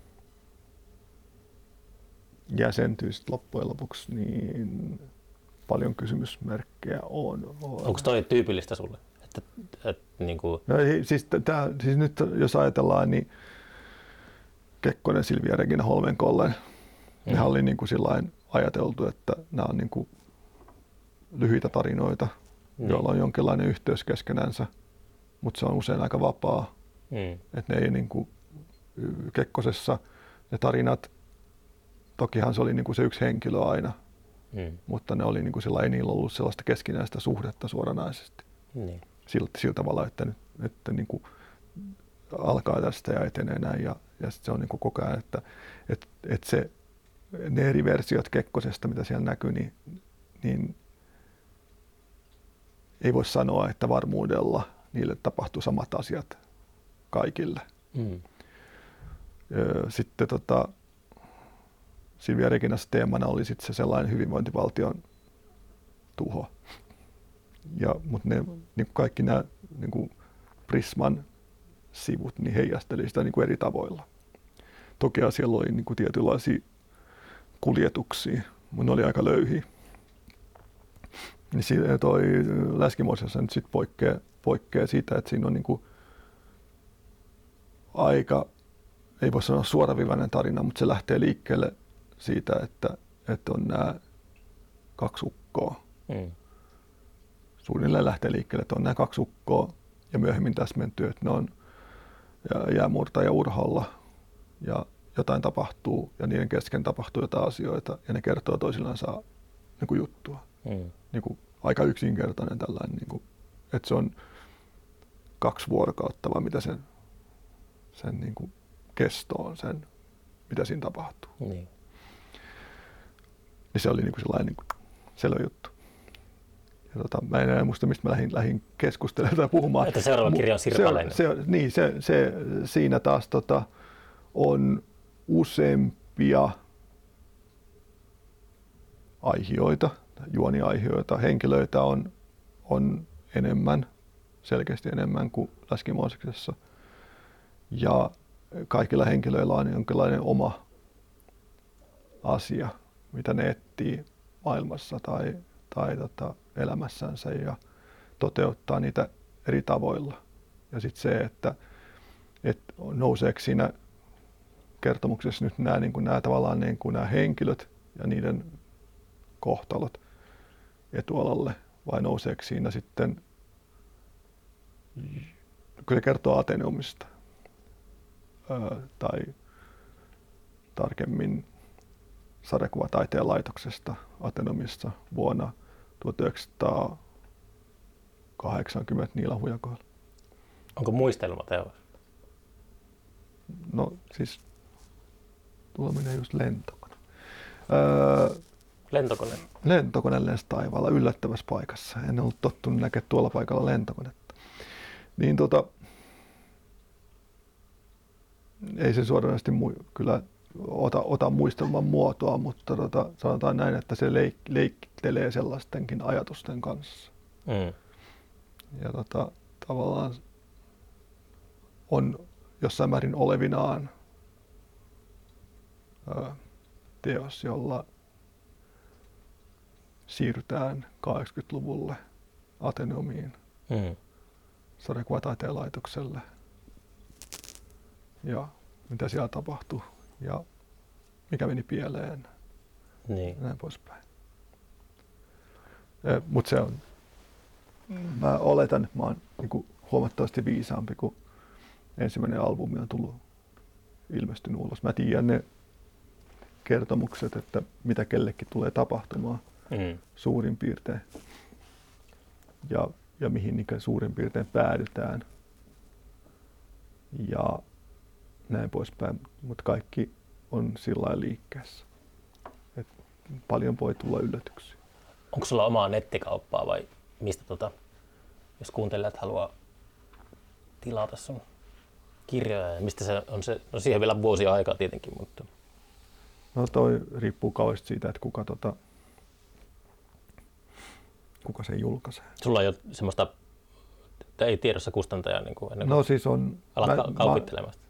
jäsentyy sit loppujen lopuksi, niin paljon kysymysmerkkejä on. Onko toi tyypillistä sulle? Niinku... No, siis nyt jos ajatellaan, niin Kekkonen, Silvia, Regina Holmenkollen, nehän oli niin kuin sillain ajateltu, että nämä on niin kuin lyhyitä tarinoita, joilla on jonkinlainen yhteys keskenänsä, mutta se on usein aika vapaa. Että ne ei niin kuin Kekkosessa ne tarinat, tokihan se oli niin kuin se yksi henkilö aina, mutta ne oli niin kuin ei niillä ollut sellaista keskinäistä suhdetta suoranaisesti. Sillä tavalla, että nyt niin kuin alkaa tästä ja etenee näin ja sit se on niin kuin koko ajan, että ne eri versiot Kekkosesta, mitä siellä näkyy, niin ei voi sanoa, että varmuudella niille tapahtuu samat asiat kaikille. Sitten Silvia Reginassa teemana oli sitten se sellainen hyvinvointivaltion tuho. Mutta niin kaikki nämä niin Prisman sivut niin heijasteli sitä niin eri tavoilla. Toki siellä oli niin tietynlaisia kuljetuksia, mutta ne oli aika löyhiä. Niin toi Läskimoisessa nyt sit poikkeaa siitä, että siinä on niin aika, ei voi sanoa suoraviivainen tarina, mutta se lähtee liikkeelle siitä, että on nämä 2 ukkoa. Suunnilleen lähtee liikkeelle, että on nämä 2 ukkoa ja myöhemmin täsmentyy, että ne on jäämurtaja Urholla ja jotain tapahtuu ja niiden kesken tapahtuu jotain asioita ja ne kertoo toisillensa niin juttua. Niin kuin aika yksinkertainen tällainen, niin kuin, että se on 2 vuorokautta vai mitä sen niin kuin kesto on, sen, mitä siinä tapahtuu. Niin se oli niin kuin sellainen niin kuin selvä juttu. Ja mä en enää muista, mistä mä lähdin keskustelemaan tai puhumaan. Että seuraava kirja on sirpaleinen. Siinä taas on useampia aihioita, juoniaihioita, henkilöitä on enemmän, selkeästi enemmän kuin Läskimoiseksessa. Ja kaikilla henkilöillä on jonkinlainen oma asia, mitä ne etsii maailmassa tai elämässänsä ja toteuttaa niitä eri tavoilla. Ja sitten se, että nouseeko siinä kertomuksessa nyt nämä tavallaan niin kuin nämä henkilöt ja niiden kohtalot etualalle vai nouseeko siinä sitten, kun se kertoo Ateneumista tai tarkemmin sadekuvataiteen laitoksesta Ateneumissa vuonna 1980 niillä hujakoilla. Onko muistelmateos? No siis, tuolla menee just lentokone. Lentokone? Lentokone lensi taivaalla yllättävässä paikassa. En ollut tottunut näkemään tuolla paikalla lentokonetta. Niin ei se suoranaisesti kyllä ota muistelman muotoa, mutta sanotaan näin, että se leikkistelee sellaistenkin ajatusten kanssa. Ja tavallaan on jossain määrin olevinaan teos, jolla siirrytään 80-luvulle Ateneumiin, sadekuvataiteen laitokselle ja mitä siellä tapahtui ja mikä meni pieleen. Niin. Näin poispäin. Mutta se on, mä oletan, että mä oon niinku huomattavasti viisaampi, kun ensimmäinen albumi on ilmestynyt ulos. Mä tiedän ne kertomukset, että mitä kellekin tulee tapahtumaan suurin piirtein ja mihin niinkään suurin piirtein päädytään ja näin poispäin, mutta kaikki on sillä lailla liikkeessä. Et paljon voi tulla yllätyksiä. Onko sulla omaa nettikauppaa vai mistä jos kuuntelijat haluaa tilata sun kirjoja ja mistä se on no siihen vielä vuosia aikaa tietenkin, mutta... No toi riippuu kauheasti siitä, että kuka sen julkaisee. Sulla ei ole semmoista, ei tiedossa kustantajaa niin kuin ennen kuin no siis on... alat kaupittelemasta.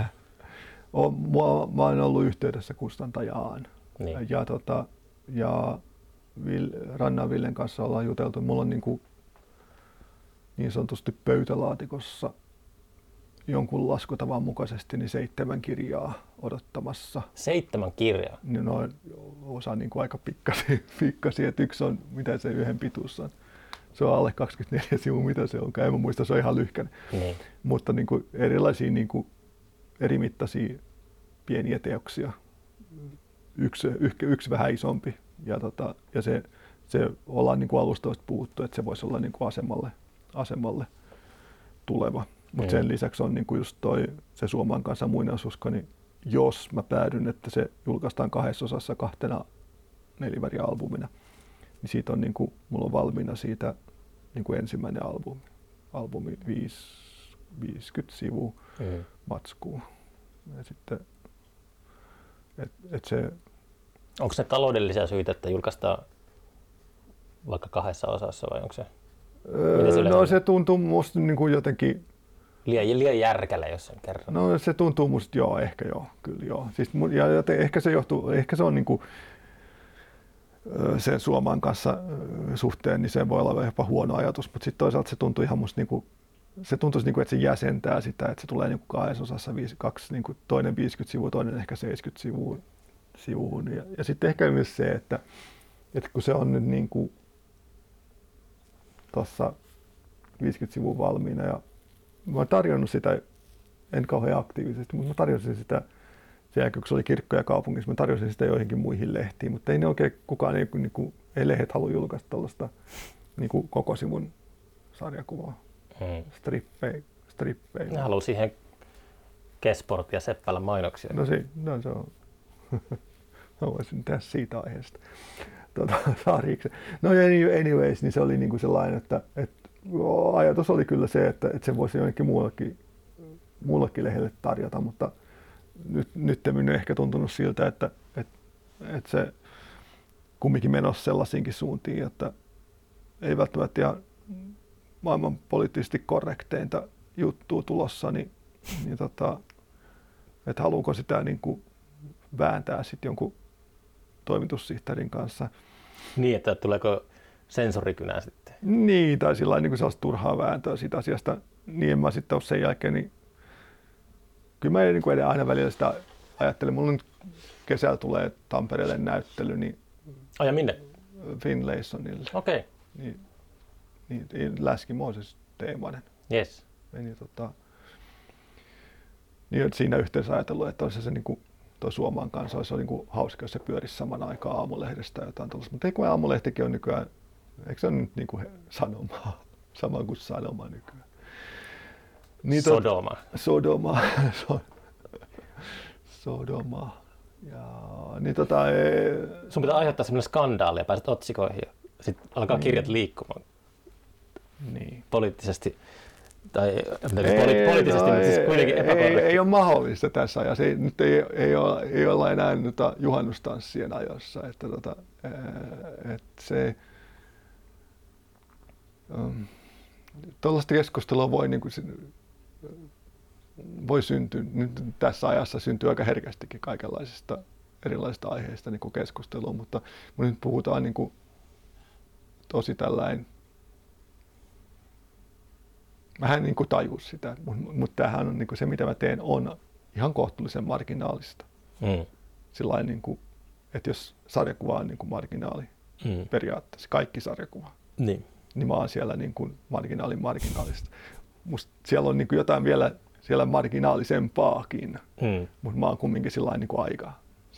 Mä oon ollut yhteydessä kustantajaan niin. ja Rannan Villen kanssa ollaan juteltu. Mulla on niin sanotusti pöytälaatikossa jonkun laskutavan mukaisesti niin 7 kirjaa odottamassa. 7 kirjaa? Niin ne on osa aika pikkasia, että yksi on, mitä se yhden pituus on. Se on alle 24 sivua, mitä se onkaan, en mä muista, se on ihan lyhkäinen. Niin. Mutta erilaisia erimittaisia pieniä teoksia. Yksi vähän isompi ja se ollaan alustavasti puhuttu, että se voisi olla asemalle tuleva. Mutta sen lisäksi on just se Suomen kanssa muinaisuusko, niin jos mä päädyn, että se julkaistaan 2 osassa 2 nelivärialbumina, niin siitä on mulla on valmiina siitä ensimmäinen albumi 50 sivua matskua. Ja sitten, Onko se taloudellisia syitä, että julkaistaan vaikka 2 osassa vai onko se? No se tuntuu musta niin kuin jotenkin... Liian järkällä, jos sen kerran. No se tuntuu musta ehkä kyllä joo. Siis, ja ehkä se johtuu, ehkä se on niin kuin sen Suomen kanssa suhteen, niin se voi olla jopa huono ajatus, mutta sitten toisaalta se tuntuu ihan musta niin kuin, se tuntuisi niin kuin, että se jäsentää sitä, että se tulee niin kuin 2 osassa, niin kuin toinen 50 sivua, toinen ehkä 70 sivuun. Ja sitten ehkä myös se, että kun se on nyt niin kuin tuossa 50 sivua valmiina ja mä oon tarjonnut sitä, en kauhean aktiivisesti, mutta mä tarjosin sitä sen jälkeen, kun se oli Kirkko ja kaupungissa, mä tarjosin sitä joihinkin muihin lehtiin, mutta ei ne oikein kukaan, ei lehdet halua julkaista tällaista niin kuin koko sivun sarjakuvaa, strippejä. Ne haluaa siihen Kesport ja Seppälän mainoksia. No se on. Mä voisin tehdä siitä aiheesta sarjiksen. No anyways, niin se oli niin kuin sellainen, että ajatus oli kyllä se, että se voisi jonnekin muullekin lehdelle tarjota, mutta nyt on ehkä tuntunut siltä, että se kumminkin menossa sellaisiinkin suuntiin, että ei välttämättä ihan maailman poliittisesti korrekteinta juttua tulossa, niin että haluuko sitä niin kuin vääntää sitten jonkun toimitussihteerin kanssa. Niin, että tuleeko sensorikynää sitten? Niin, tai sillä niin kuin sellaista turhaa vääntöä siitä asiasta. Niin en mä sitten ole sen jälkeen, niin kyllä mä niin kuin aina välillä sitä ajattelen. Mulla nyt kesällä tulee Tampereelle näyttely, niin ja minne? Finlaysonille. Okei. Niin Läskimooses teemainen. Yes. Niin siinä yhteydessä ajatellut, että olisi se niin kuin tuo Suomen kanssa olisi niin kuin hauska, jos se pyörisi saman aikaan Aamulehdestä jotain tuollaista. Mutta ei kun Aamulehtikin on nykyään, eikö se ole nyt niin kuin sanomaa, sama kuin sanoma nykyään. Niin Sodoma. Sodoma. Ja, niin sun pitää aiheuttaa sellainen skandaali ja pääset otsikoihin ja sitten alkaa kirjat liikkumaan. Niin. Poliittisesti. Tai poliittisesti, mutta siis kuitenkin epäkorrekti. Ei ole mahdollista tässä ajassa. Nyt ei olla enää juhannustanssien ajossa. Että se tuollaista keskustelua voi syntyä. Nyt tässä ajassa syntyy aika herkästikin kaikenlaisista erilaisista aiheista niin kuin keskustelua, mutta nyt puhutaan niin kuin tosi tällainen. Mähän niin kuin tajus sitä, mutta tämähän on niin kuin se, mitä mä teen, on ihan kohtuullisen marginaalista. Sillain, niin kuin, että jos sarjakuva on niin kuin marginaali periaatteessa, kaikki sarjakuva, niin mä oon siellä niin kuin marginaalista. Musta siellä on niin kuin jotain vielä siellä marginaalisempaakin, mutta mä oon kumminkin sillain niin kuin aika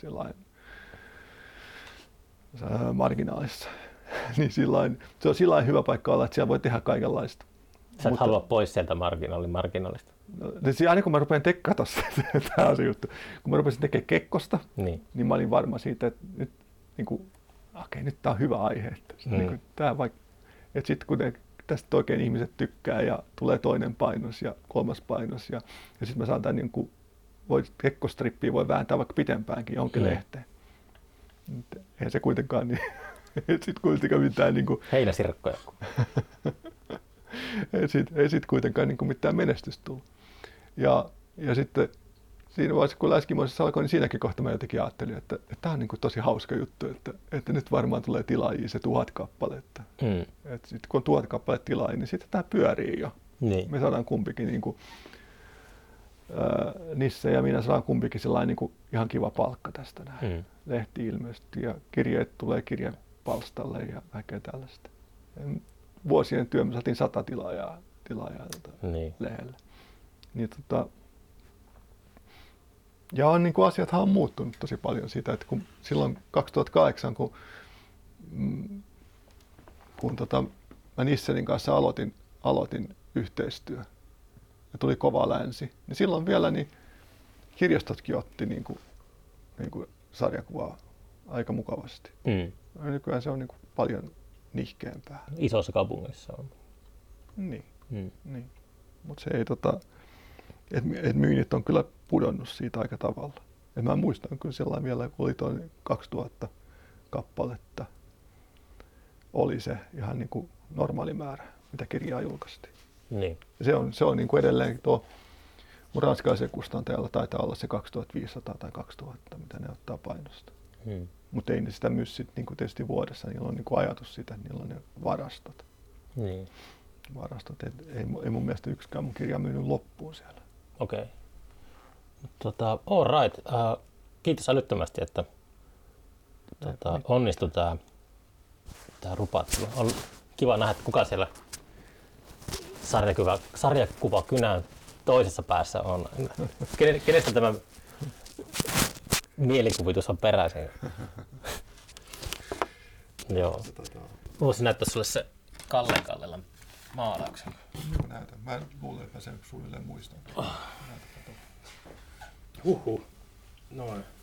marginaalissa. Niin sillain, se on sillain hyvä paikka olla, että siellä voi tehdä kaikenlaista. Sä et halua pois sieltä marginaalista. No, siis aina kun mä rupean tekemään tämä on se juttu. Kun mä rupesin tekemään Kekkosta, niin mä olin varma siitä, että nyt, niin kuin, nyt tää on hyvä aihe. Että sitten kun tästä oikein ihmiset tykkää ja tulee toinen painos ja kolmas painos ja sitten mä saan tämän niin kuin, Kekkostrippiä voi vääntää vaikka pitempäänkin johonkin lehteen. Eihän se kuitenkaan niin, sitten kuitenkaan mitään niin kuin... Heinäsirkkoja. Ei sit kuitenkaan niin kuin mitään menestystä tullut. Ja sitten siinä vaiheessa, kun Läskimoisessa alkoi, niin siinäkin kohta mä jotenkin ajattelin, että tämä on niin kuin tosi hauska juttu, että nyt varmaan tulee tilaajia se 1000 kappaletta. Että sitten kun on 1000 kappaletta tilaajia, niin sitten tämä pyörii jo. Niin. Me saadaan kumpikin, niin kuin, Nisse ja minä saadaan kumpikin sellainen niin kuin ihan kiva palkka tästä näin. Lehti ilmestyy ja kirjeet tulee kirjepalstalle ja kaikkea tällaista. Vuosien työ me saatiin 100 tilaajaa lehdelle. Niin, ja on, niin kuin asiathan on muuttunut tosi paljon siitä, että kun silloin 2008, kun mä Nissenin kanssa aloitin yhteistyö ja tuli Kova Länsi, niin silloin vielä niin kirjastotkin otti niin kuin sarjakuvaa aika mukavasti. Ja nykyään se on niin kuin paljon nihkeämpää. Isossa kaupungissa on. Niin. Mutta se ei et myynnit on kyllä pudonnut siitä aika tavalla. Ja mä muistan kyllä sellainen vielä, kun oli tuo 2000 kappaletta, oli se ihan niin kuin normaali määrä, mitä kirjaa julkaistiin. Niin. Ja se on niin kuin edelleen tuo mun ranskalaisen kustantajalla taitaa olla se 2500 tai 2000, mitä ne ottaa painosta. Mutta ei ne sitä myy sitten niin kuin tietysti vuodessa, niillä on niin kuin ajatus siitä, että niillä on ne varastot. Niin. Ei mun mielestä yksikään mun kirja myynyt loppuun siellä. Okei. All right. Kiitos älyttömästi, että onnistui tää rupattelu. On kiva nähdä, että kuka siellä sarjakuva kynän toisessa päässä on. Kenestä tämä mielikuvitus on peräisin? Joo. Voisin näyttää sulle se Kallelan maalauksen. Näytän. Mä luulen, että mä sen suunnilleen muistan. Huhhuh. Noin.